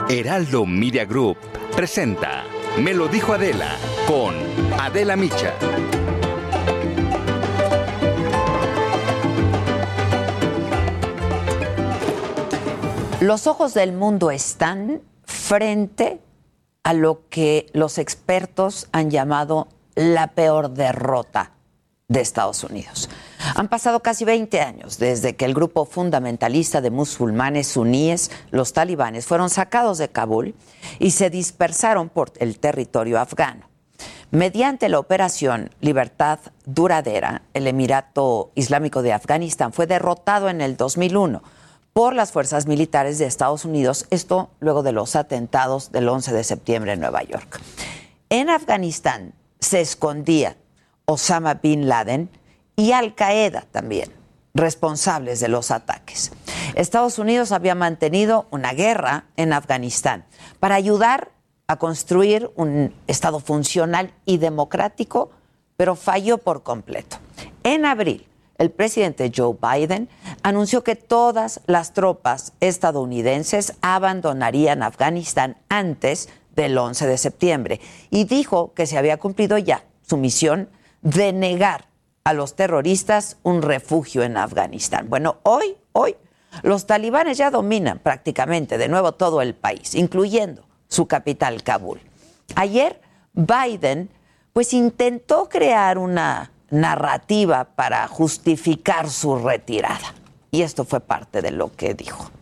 Heraldo Media Group presenta Me lo dijo Adela con Adela Micha. Los ojos del mundo están frente a lo que los expertos han llamado la peor derrota de Estados Unidos. Han pasado casi 20 años desde que el grupo fundamentalista de musulmanes suníes, los talibanes, fueron sacados de Kabul y se dispersaron por el territorio afgano. Mediante la operación Libertad Duradera, el Emirato Islámico de Afganistán fue derrotado en el 2001 por las fuerzas militares de Estados Unidos, esto luego de los atentados del 11 de septiembre en Nueva York. En Afganistán se escondía Osama Bin Laden y Al-Qaeda también, responsables de los ataques. Estados Unidos había mantenido una guerra en Afganistán para ayudar a construir un Estado funcional y democrático, pero falló por completo. En abril, el presidente Joe Biden anunció que todas las tropas estadounidenses abandonarían Afganistán antes del 11 de septiembre y dijo que se había cumplido ya su misión de negar a los terroristas un refugio en Afganistán. Bueno, hoy los talibanes ya dominan prácticamente de nuevo todo el país, incluyendo su capital, Kabul. Ayer Biden pues intentó crear una narrativa para justificar su retirada. Y esto fue parte de lo que dijo.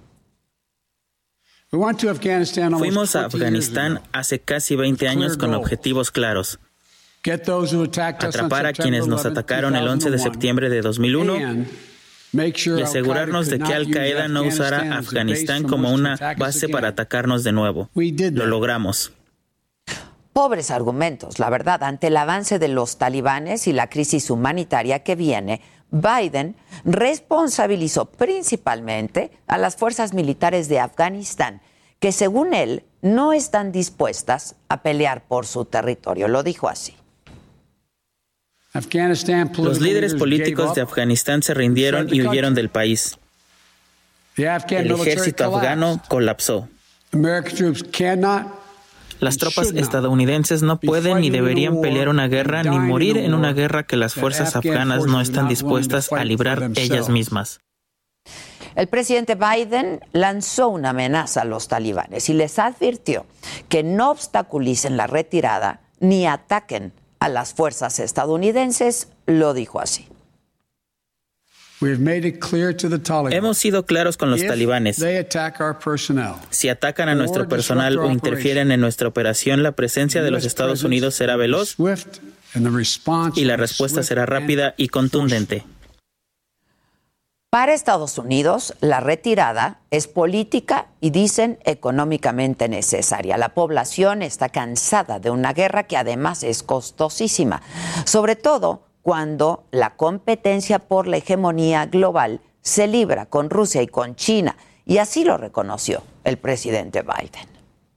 Fuimos a Afganistán hace casi 20 años con objetivos claros. Atrapar a quienes nos atacaron el 11 de septiembre de 2001 y asegurarnos de que Al-Qaeda no usara Afganistán como una base para atacarnos de nuevo. Lo logramos. Pobres argumentos, la verdad. Ante el avance de los talibanes y la crisis humanitaria que viene, Biden responsabilizó principalmente a las fuerzas militares de Afganistán, que según él no están dispuestas a pelear por su territorio. Lo dijo así. Los líderes políticos de Afganistán se rindieron y huyeron del país. El ejército afgano colapsó. Las tropas estadounidenses no pueden ni deberían pelear una guerra ni morir en una guerra que las fuerzas afganas no están dispuestas a librar ellas mismas. El presidente Biden lanzó una amenaza a los talibanes y les advirtió que no obstaculicen la retirada ni ataquen a las fuerzas estadounidenses. Lo dijo así. Hemos sido claros con los talibanes. Si atacan a nuestro personal o interfieren en nuestra operación, la presencia de los Estados Unidos será veloz y la respuesta será rápida y contundente. Para Estados Unidos, la retirada es política y dicen económicamente necesaria. La población está cansada de una guerra que además es costosísima, sobre todo cuando la competencia por la hegemonía global se libra con Rusia y con China, y así lo reconoció el presidente Biden.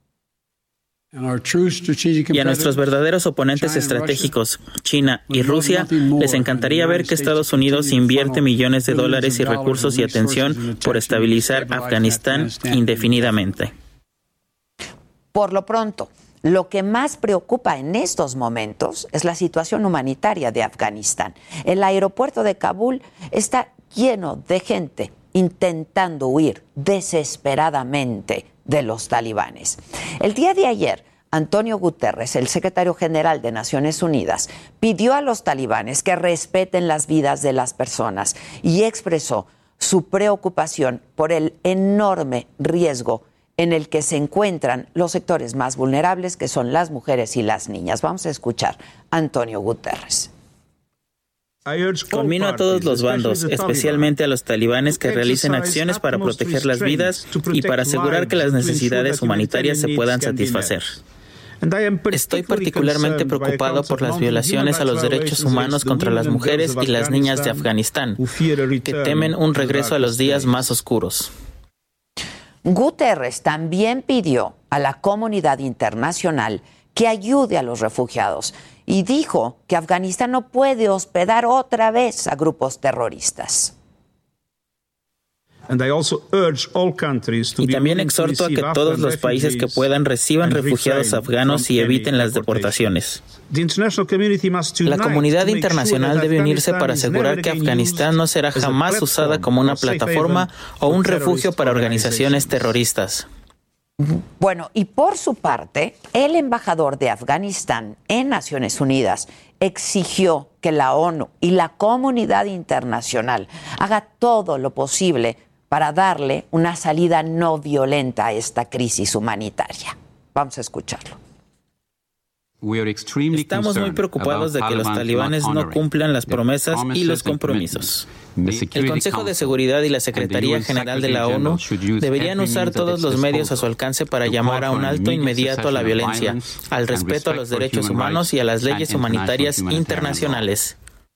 Y a nuestros verdaderos oponentes estratégicos, China y Rusia, les encantaría ver que Estados Unidos invierte millones de dólares y recursos y atención por estabilizar Afganistán indefinidamente. Por lo pronto, lo que más preocupa en estos momentos es la situación humanitaria de Afganistán. El aeropuerto de Kabul está lleno de gente intentando huir desesperadamente de los talibanes. El día de ayer, Antonio Guterres, el secretario general de Naciones Unidas, pidió a los talibanes que respeten las vidas de las personas y expresó su preocupación por el enorme riesgo en el que se encuentran los sectores más vulnerables, que son las mujeres y las niñas. Vamos a escuchar a Antonio Guterres. Conmino a todos los bandos, especialmente a los talibanes, que realicen acciones para proteger las vidas y para asegurar que las necesidades humanitarias se puedan satisfacer. Estoy particularmente preocupado por las violaciones a los derechos humanos contra las mujeres y las niñas de Afganistán, que temen un regreso a los días más oscuros. Guterres también pidió a la comunidad internacional que ayude a los refugiados y dijo que Afganistán no puede hospedar otra vez a grupos terroristas. Y también exhorto a que todos los países que puedan reciban refugiados afganos y eviten las deportaciones. La comunidad internacional debe unirse para asegurar que Afganistán no será jamás usada como una plataforma o un refugio para organizaciones terroristas. Bueno, y por su parte, el embajador de Afganistán en Naciones Unidas exigió que la ONU y la comunidad internacional haga todo lo posible para darle una salida no violenta a esta crisis humanitaria. Vamos a escucharlo. Estamos muy preocupados de que los talibanes no cumplan las promesas y los compromisos. El Consejo de Seguridad y la Secretaría General de la ONU deberían usar todos los medios a su alcance para llamar a un alto inmediato a la violencia, al respeto a los derechos humanos y a las leyes humanitarias internacionales.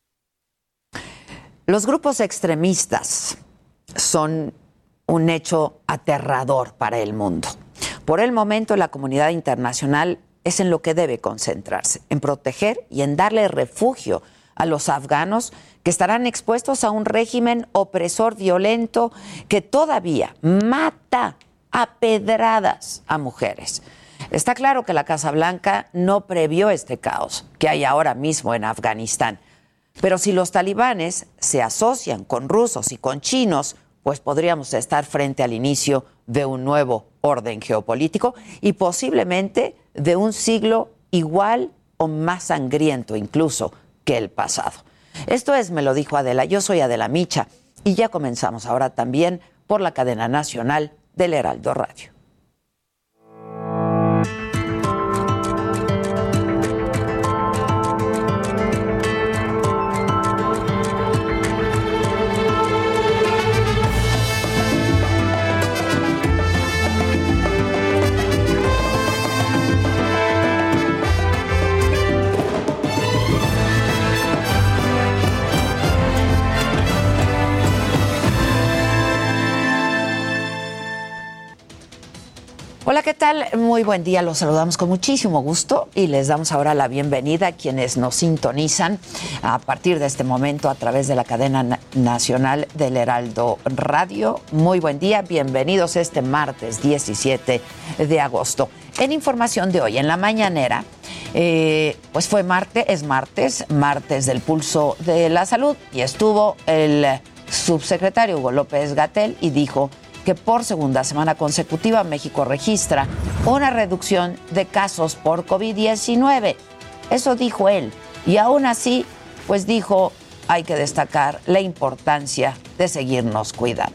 Los grupos extremistas son un hecho aterrador para el mundo. Por el momento, la comunidad internacional es en lo que debe concentrarse, en proteger y en darle refugio a los afganos que estarán expuestos a un régimen opresor violento que todavía mata a pedradas a mujeres. Está claro que la Casa Blanca no previó este caos que hay ahora mismo en Afganistán. Pero si los talibanes se asocian con rusos y con chinos, pues podríamos estar frente al inicio de un nuevo orden geopolítico y posiblemente de un siglo igual o más sangriento incluso que el pasado. Esto es Me lo dijo Adela. Yo soy Adela Micha y ya comenzamos ahora también por la cadena nacional del Heraldo Radio. Hola, ¿qué tal? Muy buen día, los saludamos con muchísimo gusto y les damos ahora la bienvenida a quienes nos sintonizan a partir de este momento a través de la cadena nacional del Heraldo Radio. Muy buen día, bienvenidos este martes 17 de agosto. En información de hoy, en la mañanera, pues fue martes del Pulso de la Salud y estuvo el subsecretario Hugo López-Gatell y dijo que por segunda semana consecutiva México registra una reducción de casos por COVID-19. Eso dijo él. Y aún así, pues dijo, hay que destacar la importancia de seguirnos cuidando.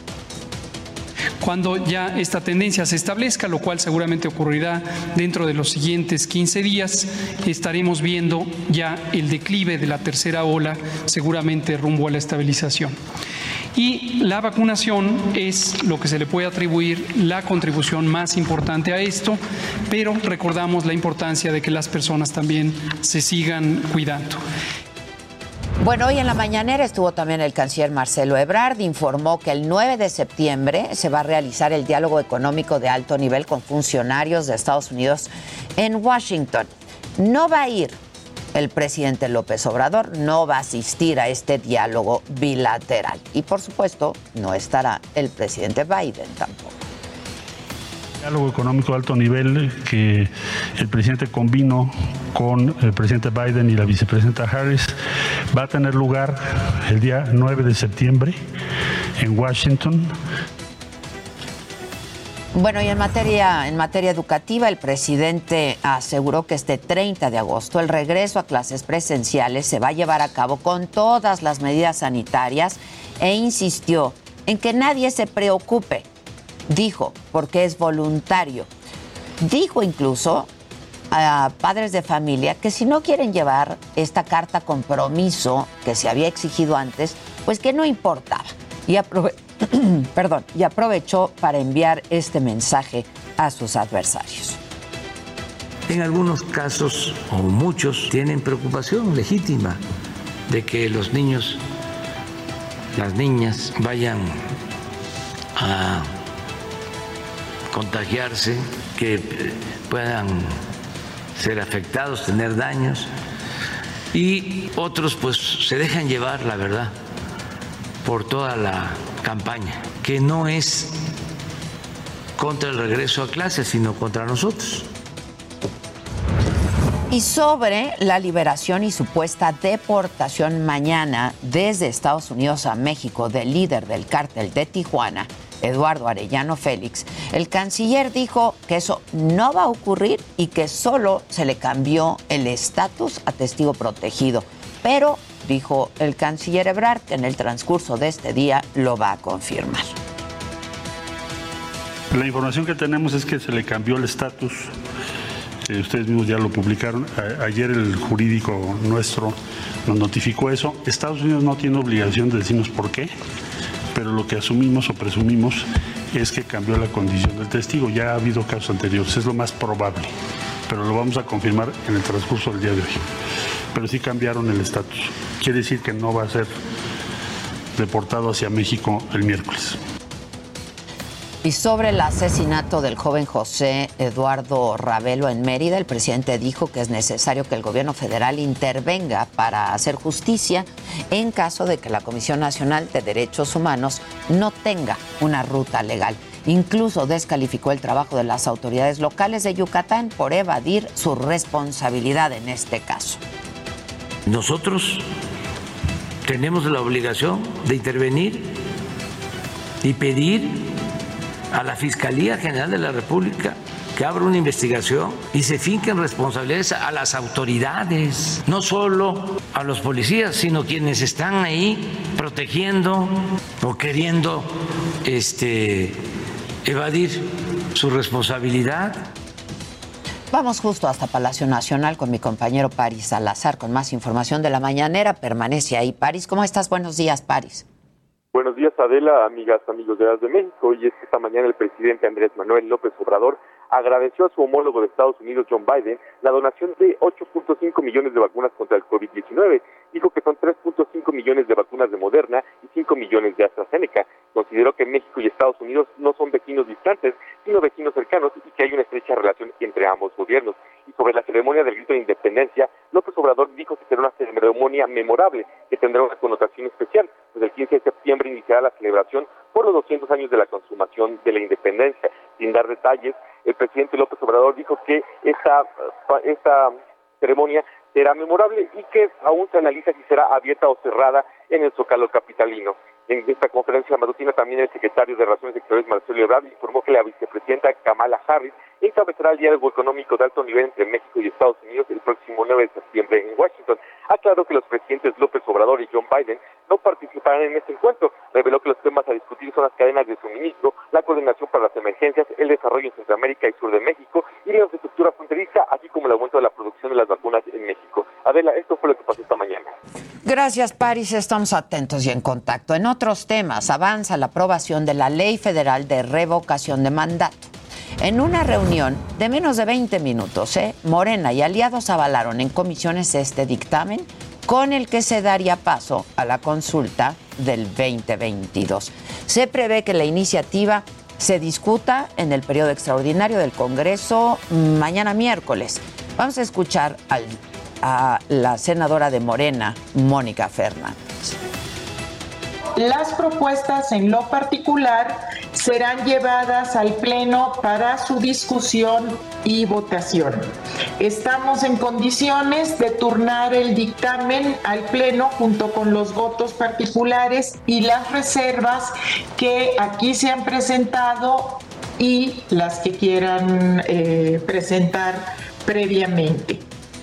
Cuando ya esta tendencia se establezca, lo cual seguramente ocurrirá dentro de los siguientes 15 días, estaremos viendo ya el declive de la tercera ola, seguramente rumbo a la estabilización. Y la vacunación es lo que se le puede atribuir la contribución más importante a esto, pero recordamos la importancia de que las personas también se sigan cuidando. Bueno, hoy en la mañanera estuvo también el canciller Marcelo Ebrard, informó que el 9 de septiembre se va a realizar el diálogo económico de alto nivel con funcionarios de Estados Unidos en Washington. No va a ir el presidente López Obrador, no va a asistir a este diálogo bilateral. Y por supuesto, no estará el presidente Biden tampoco. Diálogo económico de alto nivel que el presidente convino con el presidente Biden y la vicepresidenta Harris va a tener lugar el día 9 de septiembre en Washington. Bueno, y en materia educativa, el presidente aseguró que este 30 de agosto el regreso a clases presenciales se va a llevar a cabo con todas las medidas sanitarias e insistió en que nadie se preocupe. Dijo, porque es voluntario. Dijo incluso a padres de familia que si no quieren llevar esta carta compromiso que se había exigido antes, pues que no importaba. Y aprovechó para enviar este mensaje a sus adversarios. En algunos casos, o muchos, tienen preocupación legítima de que los niños, las niñas vayan a contagiarse, que puedan ser afectados, tener daños, y otros pues se dejan llevar, la verdad, por toda la campaña que no es contra el regreso a clases, sino contra nosotros. Y sobre la liberación y supuesta deportación mañana desde Estados Unidos a México del líder del cártel de Tijuana, Eduardo Arellano Félix, el canciller dijo que eso no va a ocurrir y que solo se le cambió el estatus a testigo protegido. Pero, dijo el canciller Ebrard, que en el transcurso de este día lo va a confirmar. La información que tenemos es que se le cambió el estatus. Ustedes mismos ya lo publicaron. Ayer el jurídico nuestro nos notificó eso. Estados Unidos no tiene obligación de decirnos por qué, pero lo que asumimos o presumimos es que cambió la condición del testigo. Ya ha habido casos anteriores, es lo más probable, pero lo vamos a confirmar en el transcurso del día de hoy. Pero sí cambiaron el estatus. Quiere decir que no va a ser deportado hacia México el miércoles. Y sobre el asesinato del joven José Eduardo Ravelo en Mérida, el presidente dijo que es necesario que el gobierno federal intervenga para hacer justicia en caso de que la Comisión Nacional de Derechos Humanos no tenga una ruta legal. Incluso descalificó el trabajo de las autoridades locales de Yucatán por evadir su responsabilidad en este caso. Nosotros tenemos la obligación de intervenir y pedir a la Fiscalía General de la República que abra una investigación y se finquen responsabilidades a las autoridades, no solo a los policías, sino quienes están ahí protegiendo o queriendo evadir su responsabilidad. Vamos justo hasta Palacio Nacional con mi compañero Paris Salazar con más información de la mañanera. Permanece ahí. Paris, ¿cómo estás? Buenos días, Paris. Buenos días, Adela, amigas, amigos de las de México. Y es que esta mañana el presidente Andrés Manuel López Obrador agradeció a su homólogo de Estados Unidos, John Biden, la donación de 8.5 millones de vacunas contra el COVID-19. Dijo que son 3.5 millones de vacunas de Moderna y 5 millones de AstraZeneca. Consideró que México y Estados Unidos no son vecinos distantes, sino vecinos cercanos y que hay una estrecha relación entre ambos gobiernos. Y sobre la ceremonia del grito de independencia, López Obrador dijo que será una ceremonia memorable, que tendrá una connotación especial, pues el 15 de septiembre iniciará la celebración por los 200 años de la consumación de la independencia. Sin dar detalles, el presidente López Obrador dijo que esta ceremonia será memorable y que aún se analiza si será abierta o cerrada en el Zócalo capitalino. En esta conferencia matutina también el secretario de Relaciones Exteriores, Marcelo Ebrard, informó que la vicepresidenta Kamala Harris encabezará el diálogo económico de alto nivel entre México y Estados Unidos el próximo 9 de septiembre en Washington. Aclaró que los presidentes López Obrador y John Biden no participarán en este encuentro. Reveló que los temas a discutir son las cadenas de suministro, la coordinación para las emergencias, el desarrollo en Centroamérica y sur de México y la infraestructura fronteriza, así como el aumento de la producción de las vacunas en México. Adela, esto fue lo que pasó esta mañana. Gracias, Paris. Estamos atentos y en contacto. En otros temas, avanza la aprobación de la Ley Federal de Revocación de Mandato. En una reunión de menos de 20 minutos, Morena y aliados avalaron en comisiones este dictamen con el que se daría paso a la consulta del 2022. Se prevé que la iniciativa se discuta en el periodo extraordinario del Congreso mañana miércoles. Vamos a escuchar a la senadora de Morena, Mónica Fernández. Las propuestas en lo particular serán llevadas al Pleno para su discusión y votación. Estamos en condiciones de turnar el dictamen al Pleno junto con los votos particulares y las reservas que aquí se han presentado y las que quieran presentar previamente.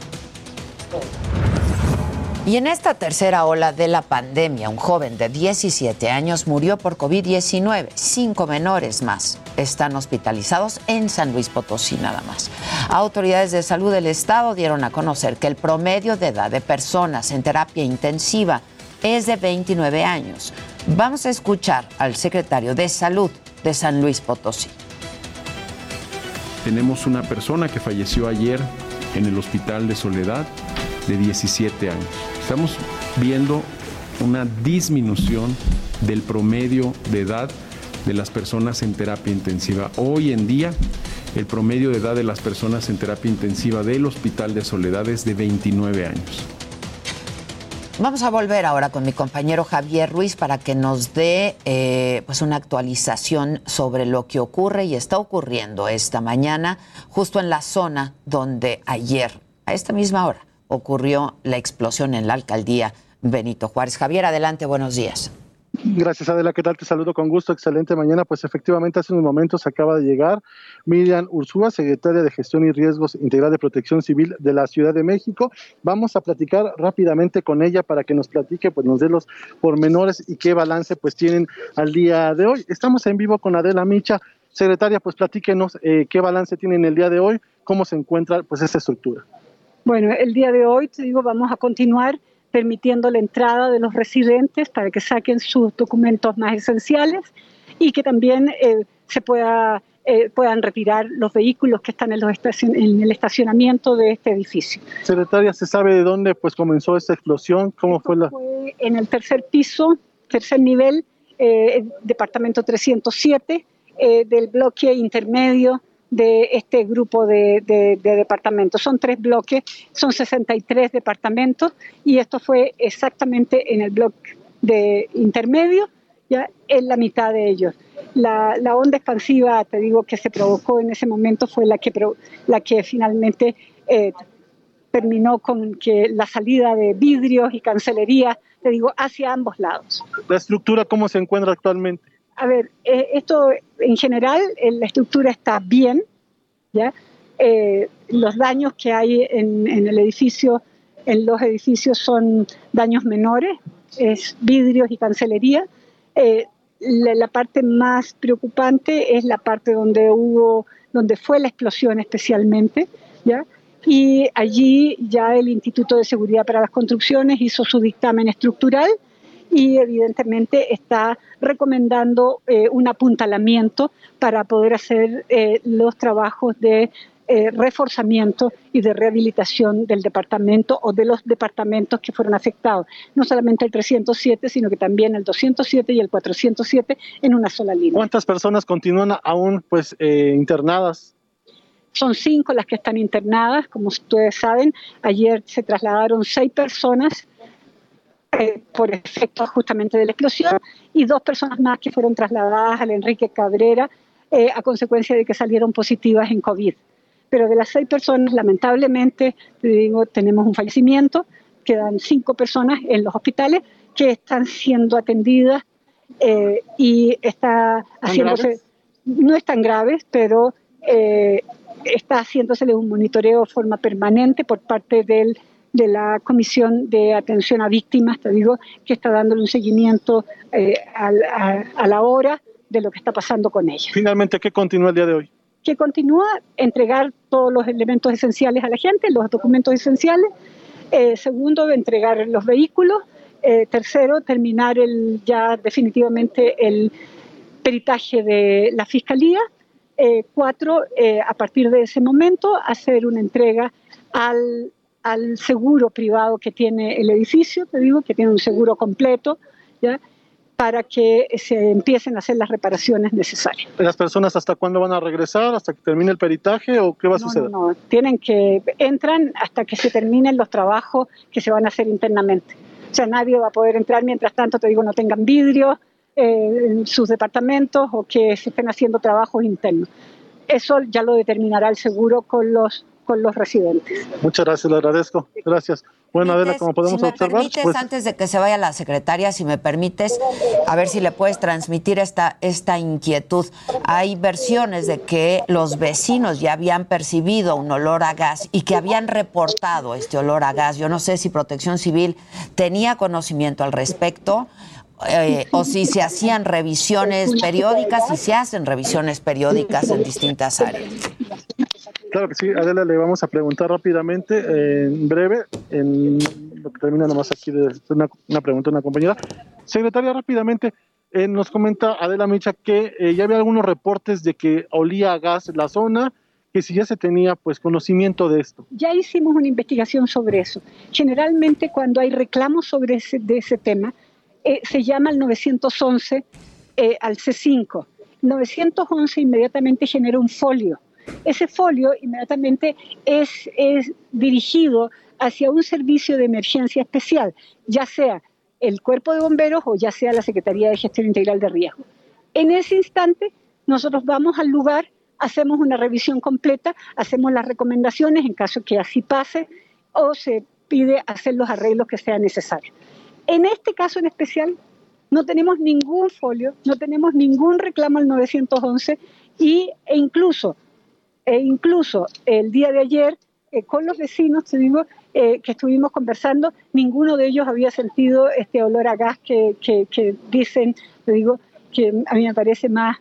Y en esta tercera ola de la pandemia, un joven de 17 años murió por COVID-19. 5 menores más están hospitalizados en San Luis Potosí nada más. Autoridades de salud del estado dieron a conocer que el promedio de edad de personas en terapia intensiva es de 29 años. Vamos a escuchar al secretario de Salud de San Luis Potosí. Tenemos una persona que falleció ayer en el Hospital de Soledad de 17 años. Estamos viendo una disminución del promedio de edad de las personas en terapia intensiva. Hoy en día, el promedio de edad de las personas en terapia intensiva del Hospital de Soledad es de 29 años. Vamos a volver ahora con mi compañero Javier Ruiz para que nos dé pues una actualización sobre lo que ocurre y está ocurriendo esta mañana justo en la zona donde ayer, a esta misma hora, ocurrió la explosión en la alcaldía Benito Juárez. Javier, adelante, buenos días. Gracias, Adela, ¿qué tal? Te saludo con gusto, excelente mañana. Pues efectivamente hace unos momentos acaba de llegar Miriam Urzúa, secretaria de Gestión y Riesgos Integral de Protección Civil de la Ciudad de México. Vamos a platicar rápidamente con ella para que nos platique, pues nos dé los pormenores y qué balance pues tienen al día de hoy. Estamos en vivo con Adela Micha. Secretaria, pues platíquenos qué balance tienen el día de hoy, cómo se encuentra pues esta estructura. Bueno, el día de hoy, te digo, vamos a continuar permitiendo la entrada de los residentes para que saquen sus documentos más esenciales y que también se puedan retirar los vehículos que están en el estacionamiento de este edificio. Secretaria, ¿se sabe de dónde pues comenzó esta explosión? ¿Cómo fue la...? Fue en el tercer piso, tercer nivel, departamento 307, del bloque intermedio de este grupo de departamentos. Son 3 bloques, son 63 departamentos y esto fue exactamente en el bloque de intermedio, ya en la mitad de ellos. La onda expansiva, te digo, que se provocó en ese momento fue la que finalmente terminó con que la salida de vidrios y cancelería, te digo, hacia ambos lados. ¿La estructura cómo se encuentra actualmente? A ver, esto en general, la estructura está bien, ¿ya? Los daños que hay en el edificio, en los edificios son daños menores, es vidrios y cancelería. La parte más preocupante es la parte donde fue la explosión especialmente, ¿ya? Y allí ya el Instituto de Seguridad para las Construcciones hizo su dictamen estructural y evidentemente está recomendando un apuntalamiento para poder hacer los trabajos de reforzamiento y de rehabilitación del departamento o de los departamentos que fueron afectados. No solamente el 307, sino que también el 207 y el 407 en una sola línea. ¿Cuántas personas continúan aún pues internadas? Son 5 las que están internadas, como ustedes saben. Ayer se trasladaron 6 personas por efecto justamente de la explosión y 2 personas más que fueron trasladadas al Enrique Cabrera a consecuencia de que salieron positivas en COVID. Pero de las 6 personas, lamentablemente, te digo, tenemos un fallecimiento, quedan 5 personas en los hospitales que están siendo atendidas y está haciéndose, no es tan grave, pero está haciéndosele un monitoreo de forma permanente por parte de la Comisión de Atención a Víctimas, te digo, que está dándole un seguimiento a la hora de lo que está pasando con ella. Finalmente, ¿qué continúa el día de hoy? Que continúa entregar todos los elementos esenciales a la gente, los documentos esenciales. Segundo, entregar los vehículos. Tercero, terminar ya definitivamente el peritaje de la Fiscalía. 4, a partir de ese momento, hacer una entrega al seguro privado que tiene el edificio, te digo, que tiene un seguro completo, ¿ya? Para que se empiecen a hacer las reparaciones necesarias. ¿Las personas hasta cuándo van a regresar? ¿Hasta que termine el peritaje o qué va a suceder? No, entran hasta que se terminen los trabajos que se van a hacer internamente. O sea, nadie va a poder entrar mientras tanto, te digo, no tengan vidrios en sus departamentos o que se estén haciendo trabajos internos. Eso ya lo determinará el seguro con los residentes. Muchas gracias, le agradezco. Gracias. Bueno, Adela, como podemos observar... Pues, antes de que se vaya la secretaria, si me permites, a ver si le puedes transmitir esta inquietud. Hay versiones de que los vecinos ya habían percibido un olor a gas y que habían reportado este olor a gas. Yo no sé si Protección Civil tenía conocimiento al respecto o si se hacían revisiones periódicas, si se hacen revisiones periódicas en distintas áreas. Claro que sí, Adela, le vamos a preguntar rápidamente, en breve, en lo que termina nomás aquí de una pregunta de una compañera. Secretaria, rápidamente, nos comenta Adela Micha que ya había algunos reportes de que olía a gas la zona, que si ya se tenía pues conocimiento de esto. Ya hicimos una investigación sobre eso. Generalmente cuando hay reclamos de ese tema, se llama al 911 al C5. 911 inmediatamente genera un folio. Ese folio inmediatamente es dirigido hacia un servicio de emergencia especial, ya sea el Cuerpo de Bomberos o ya sea la Secretaría de Gestión Integral de Riesgo. En ese instante, nosotros vamos al lugar, hacemos una revisión completa, hacemos las recomendaciones en caso que así pase o se pide hacer los arreglos que sean necesarios. En este caso en especial, no tenemos ningún folio, no tenemos ningún reclamo al 911 e incluso el día de ayer, con los vecinos, te digo, que estuvimos conversando, ninguno de ellos había sentido este olor a gas que dicen, te digo, que a mí me parece más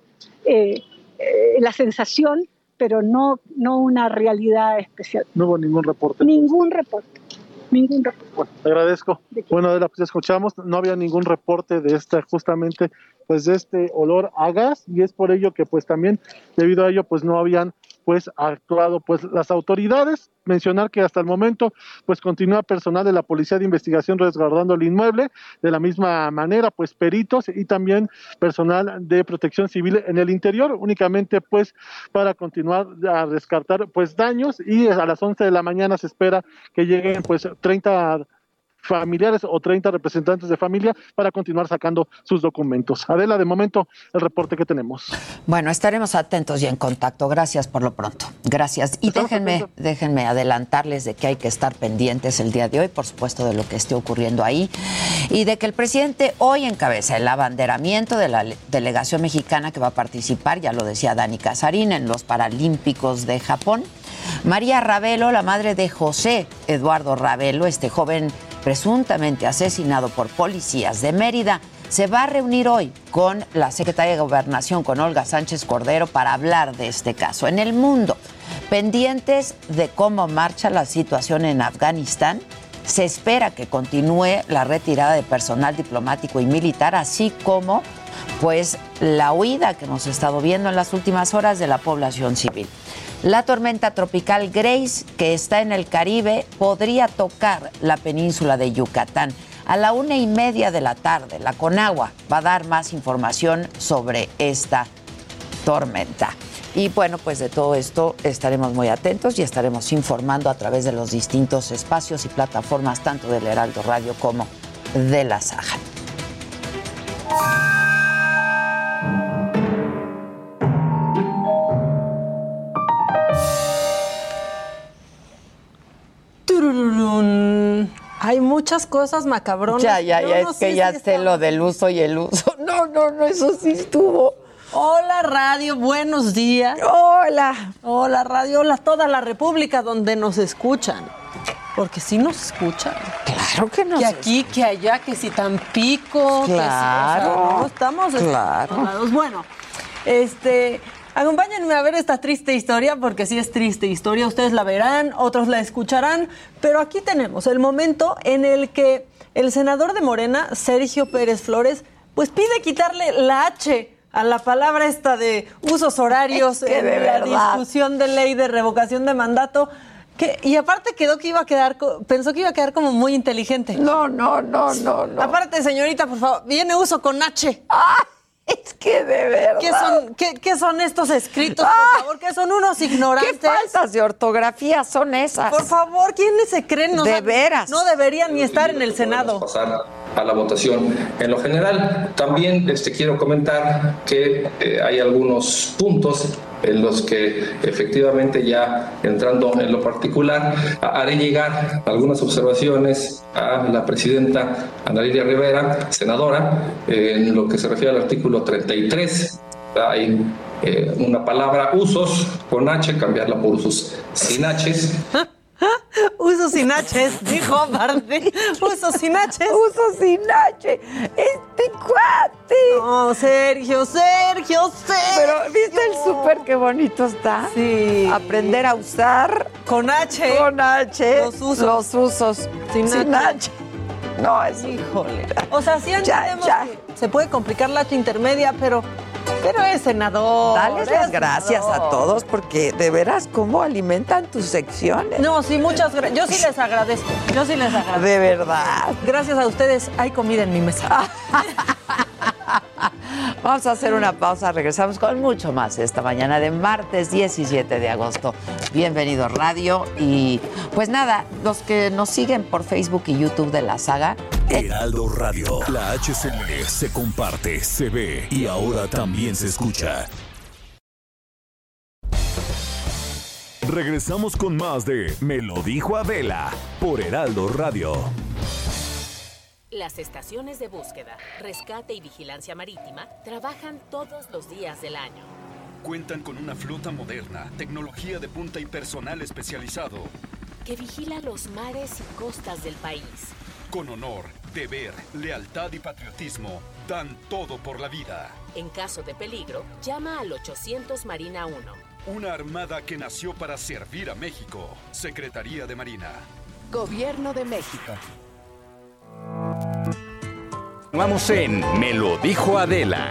la sensación, pero no una realidad especial. No hubo ningún reporte. Ningún reporte. Bueno, te agradezco. Bueno, Adela, pues escuchamos, no había ningún reporte de justamente, pues de este olor a gas, y es por ello que pues también, debido a ello, pues no habían pues actuado pues las autoridades. Mencionar que hasta el momento pues continúa personal de la Policía de Investigación resguardando el inmueble, de la misma manera pues peritos y también personal de Protección Civil en el interior, únicamente pues para continuar a descartar pues daños, y a las 11 de la mañana se espera que lleguen pues 30 familiares o 30 representantes de familia para continuar sacando sus documentos. Adela, de momento, el reporte que tenemos. Bueno, estaremos atentos y en contacto. Gracias por lo pronto. Gracias. Y déjenme adelantarles de que hay que estar pendientes el día de hoy, por supuesto, de lo que esté ocurriendo ahí, y de que el presidente hoy encabeza el abanderamiento de la delegación mexicana que va a participar, ya lo decía Dani Casarín, en los Paralímpicos de Japón. María Ravelo, la madre de José Eduardo Ravelo, este joven presuntamente asesinado por policías de Mérida, se va a reunir hoy con la secretaria de Gobernación, con Olga Sánchez Cordero, para hablar de este caso. En el mundo, pendientes de cómo marcha la situación en Afganistán, se espera que continúe la retirada de personal diplomático y militar, así como pues la huida que hemos estado viendo en las últimas horas de la población civil. La tormenta tropical Grace, que está en el Caribe, podría tocar la península de Yucatán. A la 1:30 de la tarde, la Conagua va a dar más información sobre esta tormenta. Y bueno, pues de todo esto estaremos muy atentos y estaremos informando a través de los distintos espacios y plataformas, tanto del Heraldo Radio como de La Saja. Hay muchas cosas macabronas. Es que ya sé lo del uso y el uso. No, eso sí estuvo. Hola, radio, buenos días. Hola, radio, hola, toda la República donde nos escuchan. Porque sí nos escuchan. Claro que nos escuchan. Que aquí, que allá, que si Tampico. Claro. Que si, no estamos claro. Bueno, acompáñenme a ver esta triste historia, porque sí es triste historia. Ustedes la verán, otros la escucharán, pero aquí tenemos el momento en el que el senador de Morena, Sergio Pérez Flores, pues pide quitarle la H a la palabra esta de usos horarios en la discusión de ley de revocación de mandato. Y aparte pensó que iba a quedar como muy inteligente. No. Aparte, señorita, por favor, viene uso con H. Es que de verdad. ¿Qué son estos escritos, por favor? ¿Qué son unos ignorantes? ¿Qué faltas de ortografía son esas? Por favor, ¿quiénes se creen? De veras. No deberían ni estar en el Senado. Pasar a la votación en lo general. También quiero comentar que hay algunos puntos en los que efectivamente, ya entrando en lo particular, haré llegar algunas observaciones a la presidenta Ana Lilia Rivera, senadora, en lo que se refiere al artículo 33. Hay una palabra, usos, con H, cambiarla por usos sin H's. Usos sin H's, dijo aparte. Usos sin H's. Usos sin H. Este cuate. No, Sergio. Pero ¿viste el súper qué bonito está? Sí. Aprender a usar con H. Los usos sin H. No, es híjole. O sea, sí entendemos que se puede complicar la H intermedia, pero es senador. Dales las gracias a todos, porque de veras, ¿cómo alimentan tus secciones? No, sí, muchas gracias. Yo sí les agradezco. De verdad. Gracias a ustedes hay comida en mi mesa. Vamos a hacer una pausa, regresamos con mucho más esta mañana de martes 17 de agosto. Bienvenido Radio y pues nada, los que nos siguen por Facebook y YouTube de La Saga. Heraldo Radio, la HCL se comparte, se ve y ahora también se escucha. Regresamos con más de Me lo dijo Adela por Heraldo Radio. Las estaciones de búsqueda, rescate y vigilancia marítima trabajan todos los días del año. Cuentan con una flota moderna, tecnología de punta y personal especializado que vigila los mares y costas del país. Con honor, deber, lealtad y patriotismo, dan todo por la vida. En caso de peligro, llama al 800 Marina 1. Una armada que nació para servir a México. Secretaría de Marina. Gobierno de México. Vamos en Me lo dijo Adela.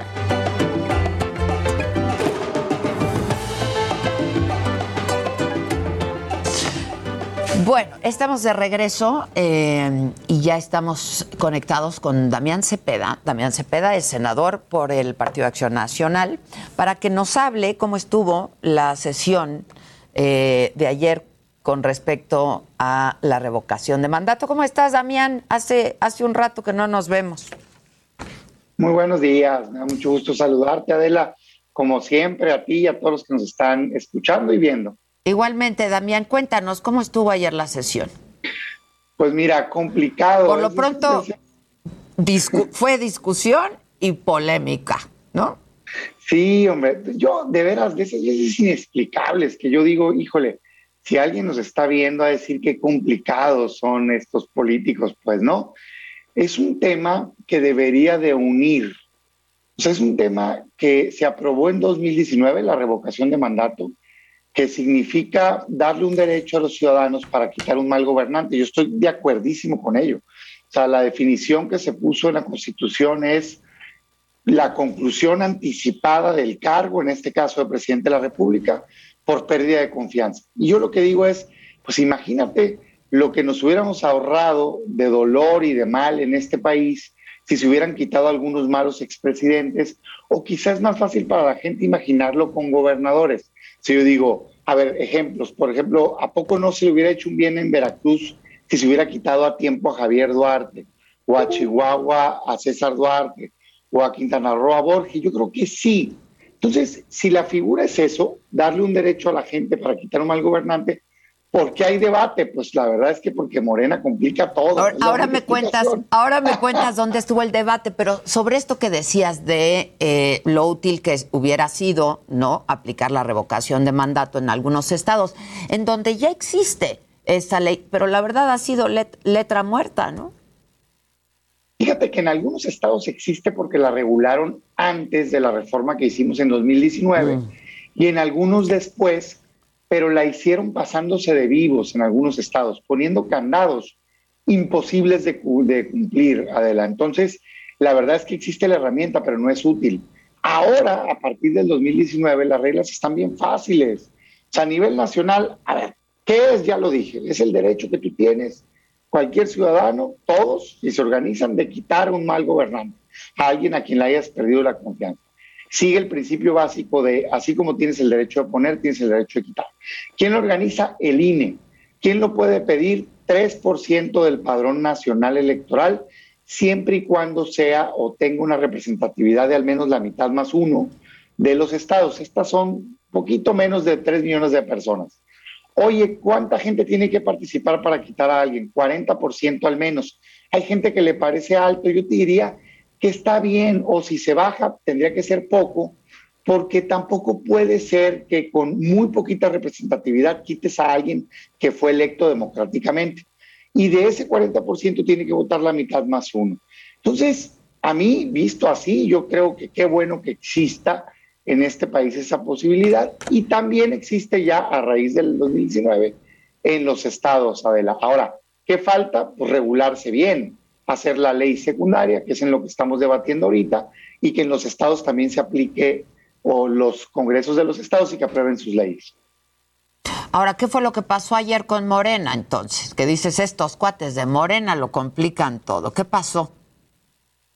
Bueno, estamos de regreso y ya estamos conectados con Damián Cepeda. Damián Cepeda es senador por el Partido de Acción Nacional para que nos hable cómo estuvo la sesión de ayer con respecto a la revocación de mandato. ¿Cómo estás, Damián? Hace un rato que no nos vemos. Muy buenos días, me da mucho gusto saludarte, Adela, como siempre, a ti y a todos los que nos están escuchando y viendo. Igualmente, Damián, cuéntanos, ¿cómo estuvo ayer la sesión? Pues mira, complicado. Por lo pronto, fue discusión y polémica, ¿no? Sí, hombre, yo de veras, de esas veces inexplicables que yo digo, híjole, si alguien nos está viendo a decir qué complicados son estos políticos, pues no. Es un tema que debería de unir. O sea, es un tema que se aprobó en 2019, la revocación de mandato, que significa darle un derecho a los ciudadanos para quitar un mal gobernante. Yo estoy de acuerdísimo con ello. O sea, la definición que se puso en la Constitución es la conclusión anticipada del cargo, en este caso de presidente de la República, por pérdida de confianza. Y yo lo que digo es, pues imagínate lo que nos hubiéramos ahorrado de dolor y de mal en este país si se hubieran quitado algunos malos expresidentes, o quizás es más fácil para la gente imaginarlo con gobernadores. Si yo digo, a ver, ejemplos, por ejemplo, ¿a poco no se le hubiera hecho un bien en Veracruz si se hubiera quitado a tiempo a Javier Duarte, o a Chihuahua a César Duarte, o a Quintana Roo a Borges? Yo creo que sí. Entonces, si la figura es eso, darle un derecho a la gente para quitar un mal gobernante, ¿por qué hay debate? Pues la verdad es que porque Morena complica todo. Ahora me cuentas dónde estuvo el debate, pero sobre esto que decías de lo útil que hubiera sido, ¿no?, aplicar la revocación de mandato en algunos estados, en donde ya existe esta ley, pero la verdad ha sido letra muerta, ¿no? Fíjate que en algunos estados existe porque la regularon antes de la reforma que hicimos en 2019 y en algunos después, pero la hicieron pasándose de vivos en algunos estados, poniendo candados imposibles de cumplir, Adela. Entonces, la verdad es que existe la herramienta, pero no es útil. Ahora, a partir del 2019, las reglas están bien fáciles. O sea, a nivel nacional, a ver, ¿qué es? Ya lo dije, es el derecho que tú tienes, cualquier ciudadano, todos, si se organizan, de quitar un mal gobernante, a alguien a quien le hayas perdido la confianza. Sigue el principio básico de, así como tienes el derecho de poner, tienes el derecho de quitar. ¿Quién lo organiza? El INE. ¿Quién lo puede pedir? 3% del padrón nacional electoral, siempre y cuando sea o tenga una representatividad de al menos la mitad más uno de los estados. Estas son poquito menos de 3 millones de personas. Oye, ¿cuánta gente tiene que participar para quitar a alguien? 40% al menos. Hay gente que le parece alto. Yo te diría que está bien, o si se baja, tendría que ser poco, porque tampoco puede ser que con muy poquita representatividad quites a alguien que fue electo democráticamente. Y de ese 40% tiene que votar la mitad más uno. Entonces, a mí, visto así, yo creo que qué bueno que exista en este país esa posibilidad, y también existe ya a raíz del 2019 en los estados, Adela. Ahora, ¿qué falta? Pues regularse bien, hacer la ley secundaria, que es en lo que estamos debatiendo ahorita, y que en los estados también se aplique, o los congresos de los estados, y que aprueben sus leyes. Ahora, ¿qué fue lo que pasó ayer con Morena, entonces? Que dices, estos cuates de Morena lo complican todo. ¿Qué pasó?